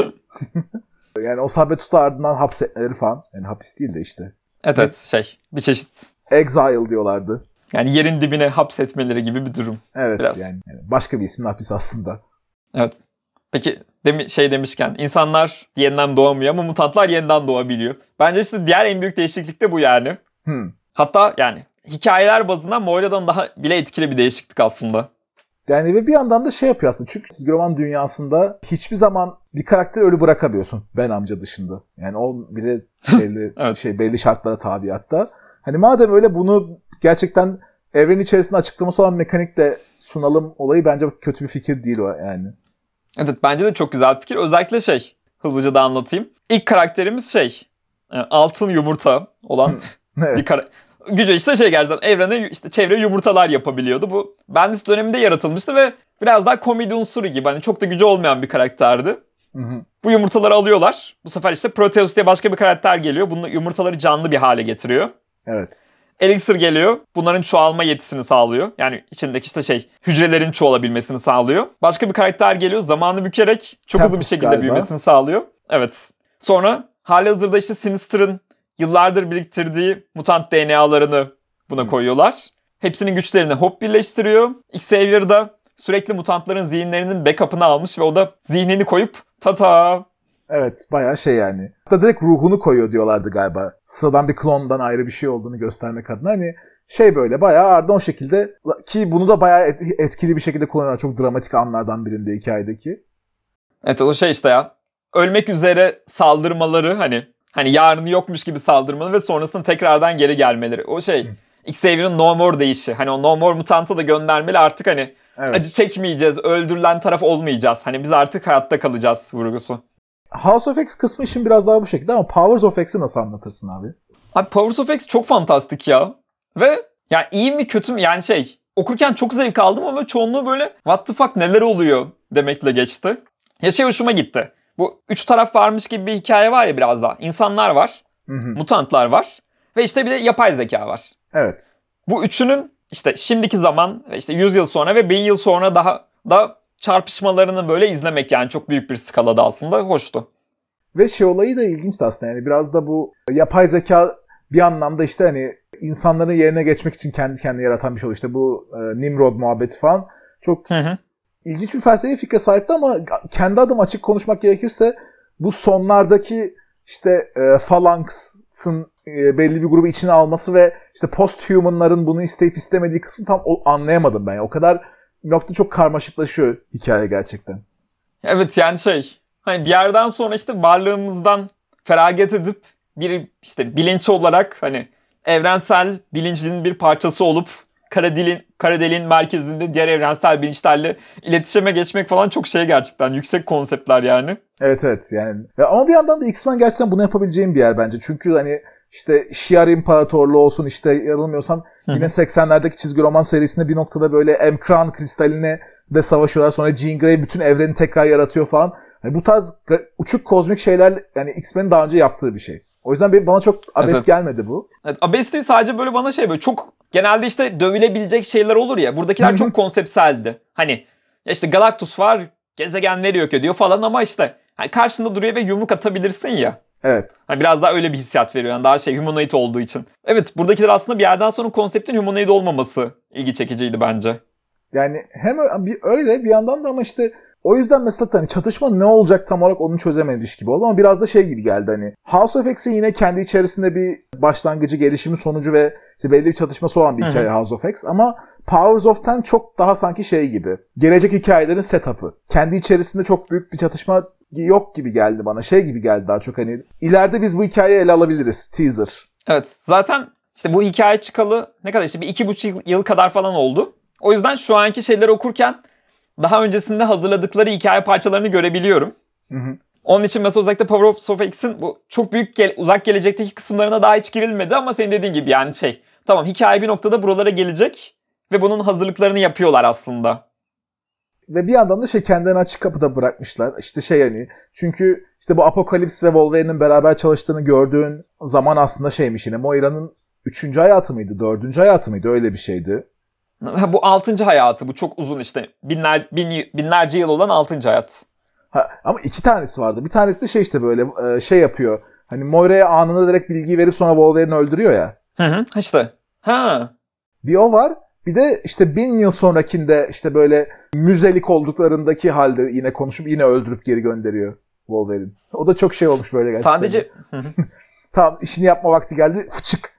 Yani o Sabretut'u ardından hapsetmeleri falan. Yani hapis değil de işte. Evet evet şey bir çeşit. Exile diyorlardı. Yani yerin dibine hapsetmeleri gibi bir durum. Evet biraz. Yani, yani başka bir ismin hapis aslında. Evet. Peki demi, şey demişken insanlar yeniden doğamıyor ama mutantlar yeniden doğabiliyor. Bence işte diğer en büyük değişiklik de bu yani. Hmm. Hatta yani hikayeler bazında Moira'dan daha bile etkili bir değişiklik aslında. Yani ve bir yandan da şey yapıyor aslında. Çünkü çizgi roman dünyasında hiçbir zaman bir karakteri ölü bırakamıyorsun. Ben amca dışında. Yani o bile belli evet. şey belli şartlara tabi hatta. Hani madem öyle bunu gerçekten evren içerisinde açıklaması olan mekanikle sunalım olayı bence kötü bir fikir değil o yani. Evet bence de çok güzel bir fikir. Özellikle şey hızlıca da anlatayım. İlk karakterimiz şey altın yumurta olan evet. bir karakter. Gücü işte şey gerçekten evrene işte çevre yumurtalar yapabiliyordu. Bu Bendis döneminde yaratılmıştı ve biraz daha komedi unsuru gibi. Hani çok da gücü olmayan bir karakterdi. Hı hı. Bu yumurtaları alıyorlar. Bu sefer işte Proteus diye başka bir karakter geliyor. Bunun yumurtaları canlı bir hale getiriyor. Evet. Elixir geliyor. Bunların çoğalma yetisini sağlıyor. Yani içindeki işte şey hücrelerin çoğalabilmesini sağlıyor. Başka bir karakter geliyor. Zamanı bükerek çok Tempus hızlı bir şekilde galiba. büyümesini sağlıyor. Evet. Sonra halihazırda işte Sinister'ın yıllardır biriktirdiği mutant D N A'larını buna hmm. koyuyorlar. Hepsinin güçlerini hop birleştiriyor. Xavier da sürekli mutantların zihinlerinin backup'ını almış ve o da zihnini koyup tata. Evet bayağı şey yani. Hatta direkt ruhunu koyuyor diyorlardı galiba. Sıradan bir klondan ayrı bir şey olduğunu göstermek adına. Hani şey böyle bayağı ardından o şekilde ki bunu da bayağı etkili bir şekilde kullanıyorlar. Çok dramatik anlardan birinde hikayedeki. Evet o şey işte ya. Ölmek üzere saldırmaları hani hani yarını yokmuş gibi saldırmaları ve sonrasında tekrardan geri gelmeleri. O şey Hı. Xavier'ın No More deyişi. Hani o No More mutantı da göndermeli artık hani evet. acı çekmeyeceğiz, öldürülen taraf olmayacağız. Hani biz artık hayatta kalacağız vurgusu. House of X kısmı işin biraz daha bu şekilde ama Powers of X'i nasıl anlatırsın abi? Abi Powers of X çok fantastik ya. Ve yani iyi mi kötü mü yani şey okurken çok zevk aldım ama çoğunluğu böyle what the fuck neler oluyor demekle geçti. Ya şey hoşuma gitti. Bu üç taraf varmış gibi bir hikaye var ya biraz daha. İnsanlar var, hı hı. mutantlar var ve işte bir de yapay zeka var. Evet. Bu üçünün işte şimdiki zaman işte yüz yıl sonra ve bin yıl sonra daha da çarpışmalarını böyle izlemek yani çok büyük bir skalada aslında hoştu. Ve şey olayı da ilginçti aslında yani biraz da bu yapay zeka bir anlamda işte hani insanların yerine geçmek için kendi kendine yaratan bir şey oluyor. İşte bu e, Nimrod muhabbeti falan çok hı hı. ilginç bir felsefi fikre sahipti ama kendi adım açık konuşmak gerekirse bu sonlardaki işte e, Phalanx'ın e, belli bir grubu içine alması ve işte post-human'ların bunu isteyip istemediği kısmı tam o, anlayamadım ben. O kadar nokta çok karmaşıklaşıyor hikaye gerçekten. Evet yani şey hani bir yerden sonra işte varlığımızdan feragat edip bir işte bilinç olarak hani evrensel bilincin bir parçası olup kara deliğin, kara deliğin merkezinde diğer evrensel bilinçlerle iletişime geçmek falan çok şey gerçekten yüksek konseptler yani. Evet evet yani ama bir yandan da X-Men gerçekten bunu yapabileceğim bir yer bence. Çünkü hani işte Shi'ar İmparatorluğu olsun işte yanılmıyorsam Hı-hı. yine seksenlerdeki çizgi roman serisinde bir noktada böyle Emkran kristaline de savaşıyorlar. Sonra Jean Grey bütün evreni tekrar yaratıyor falan. Yani bu tarz uçuk kozmik şeyler yani X-Men'in daha önce yaptığı bir şey. O yüzden bana çok abes evet, gelmedi bu. Evet, abes değil sadece böyle bana şey böyle çok genelde işte dövülebilecek şeyler olur ya. Buradakiler Hı-hı. çok konseptseldi. Hani işte Galactus var, gezegenleri yok ediyor falan ama işte hani karşında duruyor ve yumruk atabilirsin ya. Evet. Yani biraz daha öyle bir hissiyat veriyor. Yani daha şey humanoid olduğu için. Evet, buradakiler aslında bir yerden sonra konseptin humanoid olmaması ilgi çekiciydi bence. Yani hem bir öyle bir yandan da ama işte o yüzden mesela hani çatışma ne olacak tam olarak onu çözememiş gibi oldu ama biraz da şey gibi geldi hani House of X'in yine kendi içerisinde bir başlangıcı, gelişimi, sonucu ve işte belli bir çatışması olan bir hikaye Hı-hı. House of X ama Powers of Ten çok daha sanki şey gibi. Gelecek hikayelerin setup'ı. Kendi içerisinde çok büyük bir çatışma yok gibi geldi bana. Şey gibi geldi daha çok hani ileride biz bu hikayeyi ele alabiliriz. Teaser. Evet. Zaten işte bu hikaye çıkalı ne kadar işte bir iki buçuk yıl kadar falan oldu. O yüzden şu anki şeyleri okurken daha öncesinde hazırladıkları hikaye parçalarını görebiliyorum. Hı hı. Onun için mesela özellikle Power of X'in bu çok büyük gel- uzak gelecekteki kısımlarına daha hiç girilmedi ama senin dediğin gibi yani şey tamam hikaye bir noktada buralara gelecek ve bunun hazırlıklarını yapıyorlar aslında. Ve bir yandan da şey kendilerini açık kapıda bırakmışlar. İşte şey hani çünkü işte bu Apocalypse ve Wolverine'in beraber çalıştığını gördüğün zaman aslında şeymiş yine Moira'nın üçüncü hayatı mıydı, dördüncü hayatı mıydı öyle bir şeydi. Bu altıncı hayatı. Bu çok uzun işte. Binler, bin, binlerce yıl olan altıncı hayat. Ha, ama iki tanesi vardı. Bir tanesi de şey işte böyle şey yapıyor. Hani Moira'ya anında direkt bilgiyi verip sonra Wolverine'i öldürüyor ya. Hı hı işte. Ha. Bir o var. Bir de işte bin yıl sonrakinde işte böyle müzelik olduklarındaki halde yine konuşup yine öldürüp geri gönderiyor Wolverine. O da çok şey olmuş böyle gerçekten. Sadece... Tamam işini yapma vakti geldi. Fıçık.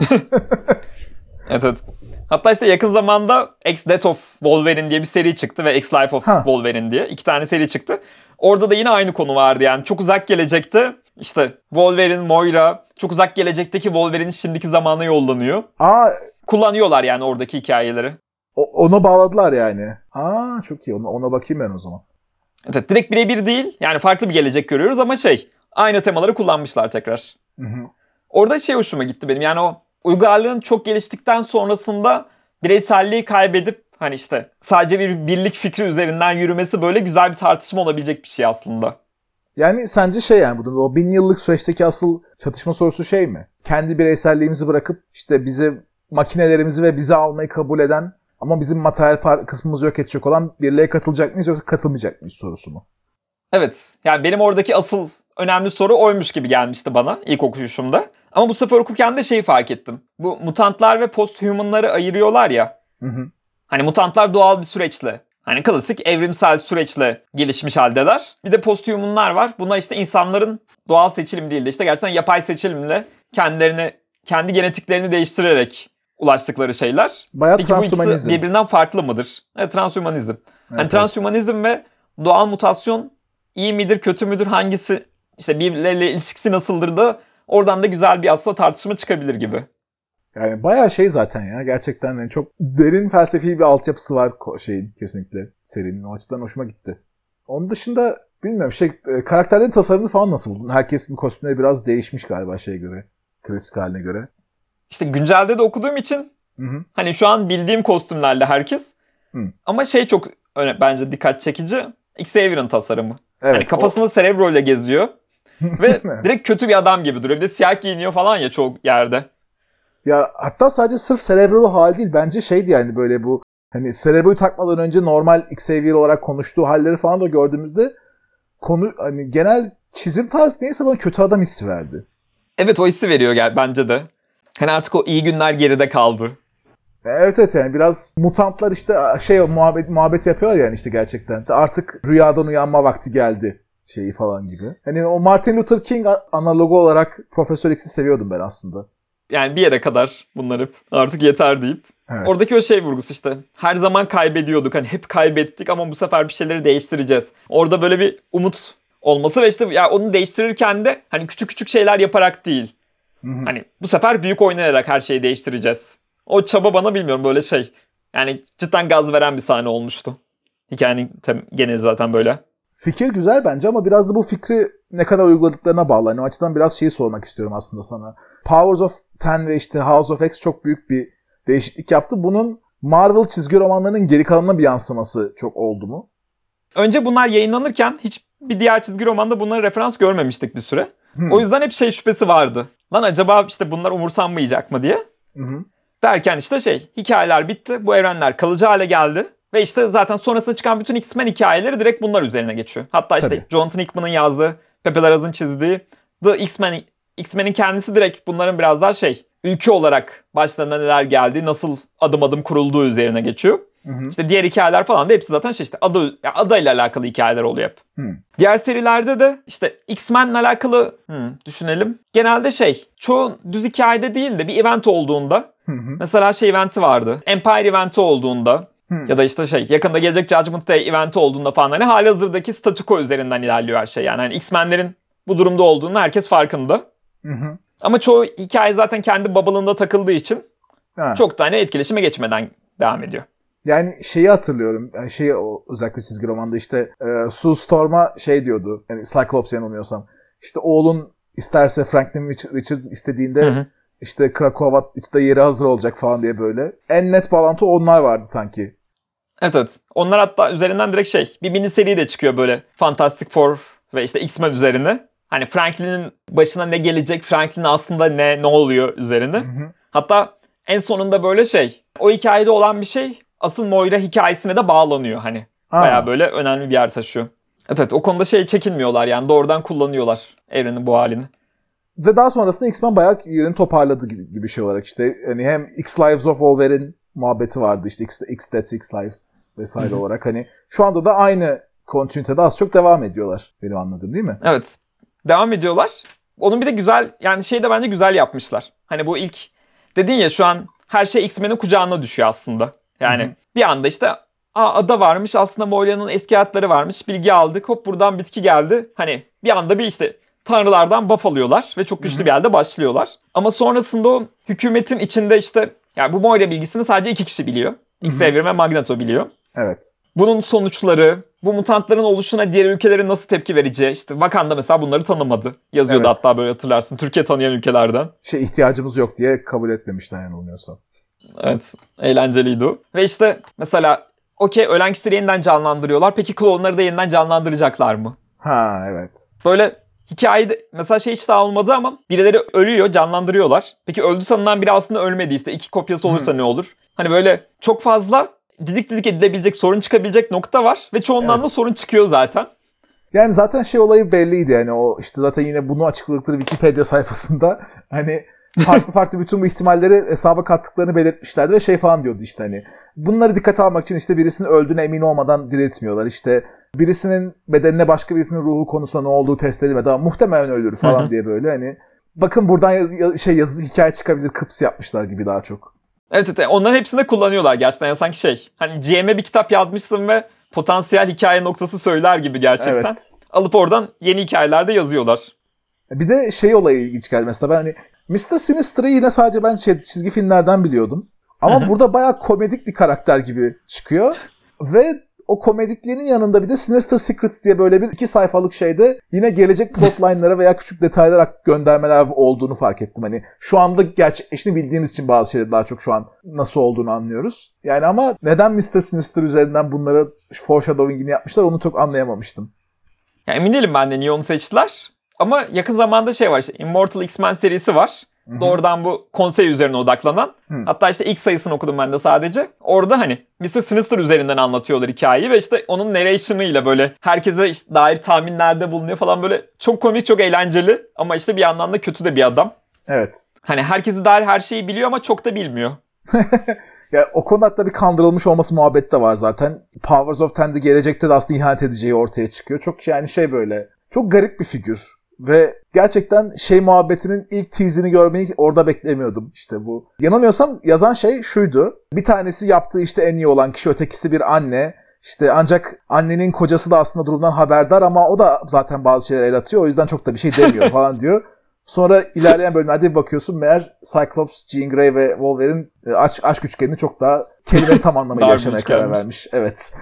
Evet evet. Hatta işte yakın zamanda X Death of Wolverine diye bir seri çıktı ve X Life of ha. Wolverine diye iki tane seri çıktı. Orada da yine aynı konu vardı yani. Çok uzak gelecekte işte Wolverine, Moira çok uzak gelecekteki Wolverine'in şimdiki zamana yollanıyor. Aa, kullanıyorlar yani oradaki hikayeleri. O, ona bağladılar yani. Aa çok iyi. Ona, ona bakayım ben o zaman. Evet direkt birebir değil. Yani farklı bir gelecek görüyoruz ama şey aynı temaları kullanmışlar tekrar. Hı hı. Orada şey hoşuma gitti benim yani o uygarlığın çok geliştikten sonrasında bireyselliği kaybedip hani işte sadece bir birlik fikri üzerinden yürümesi böyle güzel bir tartışma olabilecek bir şey aslında. Yani sence şey yani bu o bin yıllık süreçteki asıl çatışma sorusu şey mi? Kendi bireyselliğimizi bırakıp işte bizi makinelerimizi ve bizi almayı kabul eden ama bizim materyal par- kısmımızı yok edecek olan birliğe katılacak mıyız yoksa katılmayacak mıyız sorusu mu? Evet. Yani benim oradaki asıl önemli soru oymuş gibi gelmişti bana ilk okuyuşumda. Ama bu sefer okurken de şeyi fark ettim. Bu mutantlar ve post-human'ları ayırıyorlar ya. Hı hı. Hani mutantlar doğal bir süreçle, hani klasik evrimsel süreçle gelişmiş haldeler. Bir de post-human'lar var. Bunlar işte insanların doğal seçilim değil de işte gerçekten yapay seçilimle kendilerini, kendi genetiklerini değiştirerek ulaştıkları şeyler. Bayağı Peki transhumanizm. bu ikisi birbirinden farklı mıdır? Evet, transhumanizm. Evet, hani evet. transhumanizm ve doğal mutasyon iyi midir, kötü müdür, hangisi işte birbirleriyle ilişkisi nasıldır da oradan da güzel bir aslında tartışma çıkabilir gibi. Yani bayağı şey zaten ya gerçekten yani çok derin felsefi bir altyapısı var şeyin kesinlikle serinin o açıdan hoşuma gitti. Onun dışında bilmiyorum şey karakterlerin tasarımını falan nasıl buldun? Herkesin kostümleri biraz değişmiş galiba şeye göre, klasik haline göre. İşte güncelde de okuduğum için hı hı. hani şu an bildiğim kostümlerle herkes. Hı. Ama şey çok öne, bence dikkat çekici. Xavier'ın tasarımı. Evet, hani kafasını o... Cerebro ile geziyor. Ve direkt kötü bir adam gibi duruyor. Bir de siyah giyiniyor falan ya çoğu yerde. Ya hatta sadece sırf Cerebro'lu hal değil. Bence şeydi yani böyle bu hani Cerebro'yu takmadan önce normal Xavier olarak konuştuğu halleri falan da gördüğümüzde konu hani genel çizim tarzı neyse bana kötü adam hissi verdi. Evet o hissi veriyor gel bence de. Hani artık o iyi günler geride kaldı. Evet evet yani biraz mutantlar işte şey muhabbet muhabbet yapıyorlar yani işte gerçekten. Artık rüyadan uyanma vakti geldi şeyi falan gibi. Hani o Martin Luther King analogu olarak Profesör X'i seviyordum ben aslında. Yani bir yere kadar bunlar hep artık yeter deyip. Evet. Oradaki o şey vurgusu işte. Her zaman kaybediyorduk. Hani hep kaybettik ama bu sefer bir şeyleri değiştireceğiz. Orada böyle bir umut olması ve işte ya onu değiştirirken de hani küçük küçük şeyler yaparak değil. Hı hı. Hani bu sefer büyük oynayarak her şeyi değiştireceğiz. O çaba bana bilmiyorum böyle şey. Yani cidden gaz veren bir sahne olmuştu. Hikayenin tem- geneli zaten böyle. Fikir güzel bence ama biraz da bu fikri ne kadar uyguladıklarına bağlı. Yani o açıdan biraz şeyi sormak istiyorum aslında sana. Powers of Ten ve işte House of X çok büyük bir değişiklik yaptı. Bunun Marvel çizgi romanlarının geri kalanına bir yansıması çok oldu mu? Önce bunlar yayınlanırken hiçbir diğer çizgi romanda bunlara referans görmemiştik bir süre. Hmm. O yüzden hep şey şüphesi vardı. Lan acaba işte bunlar umursanmayacak mı diye. Hmm. Derken işte şey hikayeler bitti. Bu evrenler kalıcı hale geldi. Ve işte zaten sonrasında çıkan bütün X-Men hikayeleri direkt bunlar üzerine geçiyor. Hatta işte Tabii. Jonathan Hickman'ın yazdığı, Pepe Larraz'ın çizdiği The X-Men X-Men'in kendisi direkt bunların biraz daha şey, ülke olarak başlarına neler geldi, nasıl adım adım kurulduğu üzerine geçiyor. Hı hı. İşte diğer hikayeler falan da hepsi zaten şey işte adı, yani adayla alakalı hikayeler oluyor hep. Hı. Diğer serilerde de işte X-Men'le alakalı hı, düşünelim. Genelde şey, çoğu düz hikayede değil de bir event olduğunda, Hı hı. mesela şey eventi vardı. Empire eventi olduğunda Hı. ya da işte şey yakında gelecek Judgment Day eventi olduğunda falan hani halihazırdaki statüko üzerinden ilerliyor her şey. Yani hani X-Men'lerin bu durumda olduğunu herkes farkında. Hı hı. Ama çoğu hikaye zaten kendi bubble'ında takıldığı için Ha. çok da hani etkileşime geçmeden devam ediyor. Yani şeyi hatırlıyorum. Yani şeyi o- özellikle çizgi romanda işte e, Sue Storm'a şey diyordu. Yani Cyclops yanılmıyorsam. İşte oğlun isterse Franklin Rich- Richards istediğinde Hı hı. işte Krakow'a işte yeri hazır olacak falan diye böyle. En net bağlantı onlar vardı sanki. Evet evet. Onlar hatta üzerinden direkt şey bir mini seri de çıkıyor böyle Fantastic Four ve işte X-Men üzerine. Hani Franklin'in başına ne gelecek, Franklin aslında ne, ne oluyor üzerine. Hı hı. Hatta en sonunda böyle şey, o hikayede olan bir şey asıl Moira hikayesine de bağlanıyor hani. Aa. Bayağı böyle önemli bir yer taşıyor. Evet evet, o konuda şey çekinmiyorlar yani, doğrudan kullanıyorlar evrenin bu halini. Ve daha sonrasında X-Men bayağı yerini toparladı gibi gibi bir şey olarak işte. Hani hem X Lives of Wolverine muhabbeti vardı işte X, X Deaths, X Lives vesaire Hı hı. olarak. Hani şu anda da aynı kontinüitede az çok devam ediyorlar. Benim anladığım değil mi? Evet. Devam ediyorlar. Onun bir de güzel, yani şey de bence güzel yapmışlar. Hani bu ilk dedin ya, şu an her şey X-Men'in kucağına düşüyor aslında. Yani Hı hı. bir anda işte aa, ada varmış, aslında Moira'nın eski hayatları varmış, bilgi aldık, hop buradan bitki geldi. Hani bir anda bir işte tanrılardan buff alıyorlar ve çok güçlü Hı hı. bir yerde başlıyorlar. Ama sonrasında o hükümetin içinde işte, yani bu Moira bilgisini sadece iki kişi biliyor. Xavier ve Magneto biliyor. Evet. Bunun sonuçları, bu mutantların oluşuna diğer ülkelerin nasıl tepki vereceği, işte Wakanda mesela bunları tanımadı. Yazıyordu Evet. hatta, böyle hatırlarsın, Türkiye tanıyan ülkelerden. Şey ihtiyacımız yok diye kabul etmemişler yanılmıyorsam. Evet, eğlenceliydi o. Ve işte mesela okey, ölen kişileri yeniden canlandırıyorlar. Peki klonları da yeniden canlandıracaklar mı? Ha evet. Böyle hikayede mesela şey hiç daha olmadı ama birileri ölüyor, canlandırıyorlar. Peki öldü sanılan biri aslında ölmediyse, iki kopyası olursa Hı. ne olur? Hani böyle çok fazla didik didik edilebilecek, sorun çıkabilecek nokta var ve çoğundan Evet. da sorun çıkıyor zaten. Yani zaten şey olayı belliydi yani o işte zaten yine bunu açıkladıkları Wikipedia sayfasında hani farklı farklı bütün bu ihtimalleri hesaba kattıklarını belirtmişlerdi ve şey falan diyordu işte hani bunları dikkate almak için işte birisinin öldüğüne emin olmadan diriltmiyorlar. İşte birisinin bedenine başka birisinin ruhu konusunda ne olduğu test edilmedi ama muhtemelen ölür falan Hı hı. diye böyle hani bakın buradan yaz, yaz- şey yazı hikaye çıkabilir kıps yapmışlar gibi daha çok. Evet evet, onların hepsini de kullanıyorlar gerçekten ya, sanki şey. Hani G M'e bir kitap yazmışsın ve potansiyel hikaye noktası söyler gibi gerçekten. Evet. Alıp oradan yeni hikayeler de yazıyorlar. Bir de şey olayı ilginç geldi mesela ben hani mister Sinister'ı yine sadece ben şey, çizgi filmlerden biliyordum. Ama Hı hı. burada bayağı komedik bir karakter gibi çıkıyor. Ve o komedikliğinin yanında bir de Sinister Secrets diye böyle bir iki sayfalık şeyde yine gelecek plotline'lara veya küçük detaylara göndermeler olduğunu fark ettim. Hani şu anda gerçekleştiğini bildiğimiz için bazı şeyleri daha çok şu an nasıl olduğunu anlıyoruz. Yani ama neden mister Sinister üzerinden bunlara foreshadowing'ini yapmışlar onu çok anlayamamıştım. Ya emin değilim ben de niye onu seçtiler. Ama yakın zamanda şey var, işte Immortal X-Men serisi var. Hı hı. Doğrudan bu konsey üzerine odaklanan. Hı. Hatta işte ilk sayısını okudum ben de sadece. Orada hani mister Sinister üzerinden anlatıyorlar hikayeyi ve işte onun narration'ıyla böyle herkese işte dair tahminlerde bulunuyor falan, böyle çok komik, çok eğlenceli ama işte bir yandan da kötü de bir adam. Evet. Hani herkese dair her şeyi biliyor ama çok da bilmiyor. Ya o konuda hatta bir kandırılmış olması muhabbet de var zaten. Powers of Ten'de gelecekte de aslında ihanet edeceği ortaya çıkıyor. Çok yani şey böyle çok garip bir figür. Ve gerçekten şey muhabbetinin ilk teaser'ını görmeyi orada beklemiyordum. İşte bu. Yanılmıyorsam yazan şey şuydu. Bir tanesi yaptığı işte en iyi olan kişi, ötekisi bir anne. İşte ancak annenin kocası da aslında durumdan haberdar ama o da zaten bazı şeyler el atıyor. O yüzden çok da bir şey demiyor falan diyor. Sonra ilerleyen bölümlerde bir bakıyorsun meğer Cyclops, Jean Grey ve Wolverine aşk, aşk üçgenini çok daha kelime tam anlamıyla yaşamaya karar vermiş. Evet.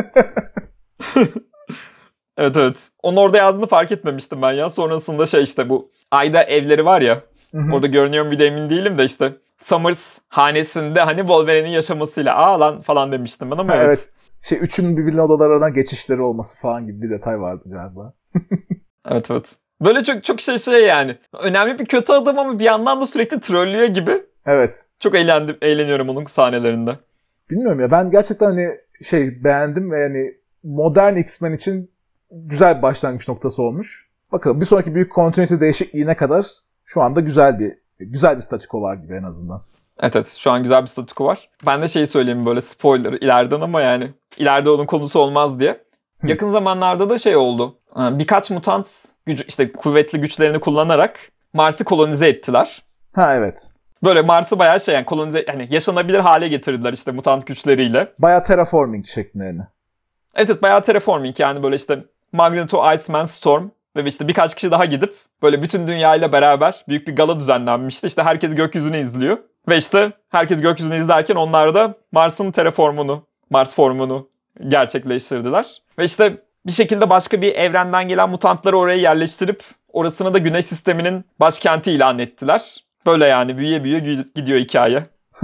Evet evet. Onu orada yazdığını fark etmemiştim ben ya. Sonrasında şey işte bu Ayda evleri var ya. Hı hı. Orada görünüyor mu bir de emin değilim de işte Summers hanesinde hani Wolverine'in yaşamasıyla aa lan falan demiştim ben ama Ha, evet. evet. Şey üçünün birbirine odalarına geçişleri olması falan gibi bir detay vardı galiba. Evet evet. Böyle çok çok şey şey yani. Önemli bir kötü adam ama bir yandan da sürekli trollüyor gibi. Evet. Çok eğlendim, eğleniyorum onun sahnelerinde. Bilmiyorum ya ben gerçekten hani şey beğendim ve yani modern X-Men için güzel bir başlangıç noktası olmuş. Bakalım bir sonraki büyük continuity değişikliğine kadar şu anda güzel bir güzel bir statüko var gibi en azından. Evet evet, şu an güzel bir statüko var. Ben de şeyi söyleyeyim, böyle spoiler ileriden ama yani ileride onun konusu olmaz diye. Yakın zamanlarda da şey oldu. Birkaç mutant gücü, işte kuvvetli güçlerini kullanarak Mars'ı kolonize ettiler. Ha evet. Böyle Mars'ı bayağı şey yani kolonize, yani yaşanabilir hale getirdiler işte mutant güçleriyle. Bayağı terraforming şeklinde yani. Evet evet, bayağı terraforming, yani böyle işte Magneto, Iceman, Storm ve işte birkaç kişi daha gidip böyle bütün dünyayla beraber büyük bir gala düzenlenmişti. İşte herkes gökyüzünü izliyor. Ve işte herkes gökyüzünü izlerken onlar da Mars'ın terraformunu, Mars formunu gerçekleştirdiler. Ve işte bir şekilde başka bir evrenden gelen mutantları oraya yerleştirip orasını da Güneş sisteminin başkenti ilan ettiler. Böyle yani büyüye büyüye gidiyor hikaye.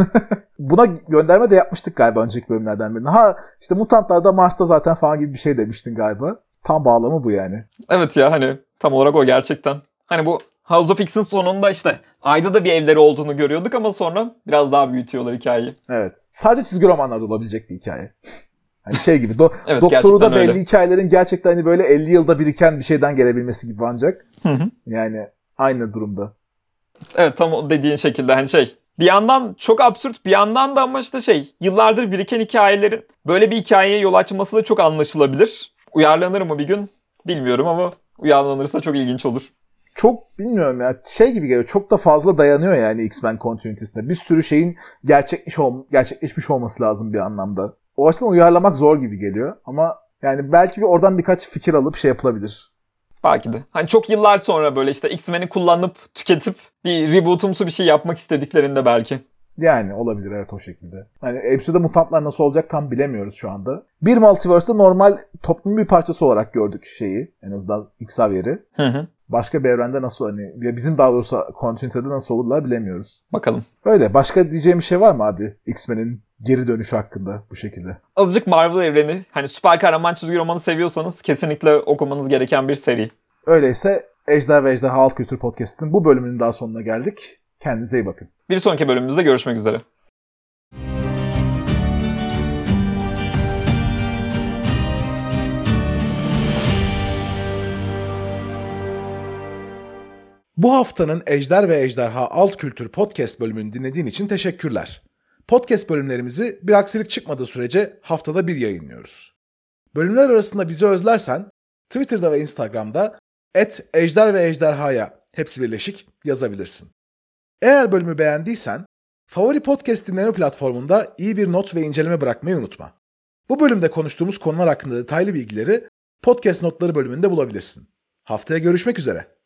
Buna gönderme de yapmıştık galiba önceki bölümlerden birinde. Ha işte mutantlar da Mars'ta zaten falan gibi bir şey demiştin galiba. Tam bağlamı bu yani. Evet ya, hani tam olarak o gerçekten. Hani bu House of X'in sonunda işte ayda da bir evleri olduğunu görüyorduk ama sonra biraz daha büyütüyorlar hikayeyi. Evet. Sadece çizgi romanlarda olabilecek bir hikaye. Hani şey gibi. Do- evet, Doktoru da belli öyle. hikayelerin gerçekten hani böyle elli yılda biriken bir şeyden gelebilmesi gibi ancak. Hı hı. Yani aynı durumda. Evet, tam o dediğin şekilde hani şey. Bir yandan çok absürt, bir yandan da ama işte şey, yıllardır biriken hikayelerin böyle bir hikayeye yol açması da çok anlaşılabilir. Uyarlanır mı bir gün bilmiyorum ama uyarlanırsa çok ilginç olur. Çok bilmiyorum ya, şey gibi geliyor, çok da fazla dayanıyor yani X-Men Continuity'sine. Bir sürü şeyin gerçekleş ol- gerçekleşmiş olması lazım bir anlamda. O açıdan uyarlamak zor gibi geliyor ama yani belki bir oradan birkaç fikir alıp şey yapılabilir. Belki de. Hani çok yıllar sonra böyle işte X-Men'i kullanıp tüketip bir rebootumsu bir şey yapmak istediklerinde belki. Yani olabilir evet, o şekilde. Hani M C U'da mutantlar nasıl olacak tam bilemiyoruz şu anda. Bir multiverse'da normal toplumun bir parçası olarak gördük şeyi. En azından Xavier'i. Hı hı. Başka bir evrende nasıl, hani bizim daha doğrusu continuity'de nasıl olurlar bilemiyoruz. Bakalım. Öyle. Başka diyeceğim bir şey var mı abi X-Men'in geri dönüşü hakkında bu şekilde? Azıcık Marvel evreni, hani süper kahraman çizgi romanı seviyorsanız kesinlikle okumanız gereken bir seri. Öyleyse Ejder ve Ejderha Alt Kültür Podcast'ın bu bölümünün daha sonuna geldik. Kendinize iyi bakın. Bir sonraki bölümümüzde görüşmek üzere. Bu haftanın Ejder ve Ejderha Alt Kültür Podcast bölümünü dinlediğin için teşekkürler. Podcast bölümlerimizi bir aksilik çıkmadığı sürece haftada bir yayınlıyoruz. Bölümler arasında bizi özlersen Twitter'da ve Instagram'da et ejder ve ejderhaya hepsi birleşik yazabilirsin. Eğer bölümü beğendiysen favori podcast dinleme platformunda iyi bir not ve inceleme bırakmayı unutma. Bu bölümde konuştuğumuz konular hakkında detaylı bilgileri podcast notları bölümünde bulabilirsin. Haftaya görüşmek üzere.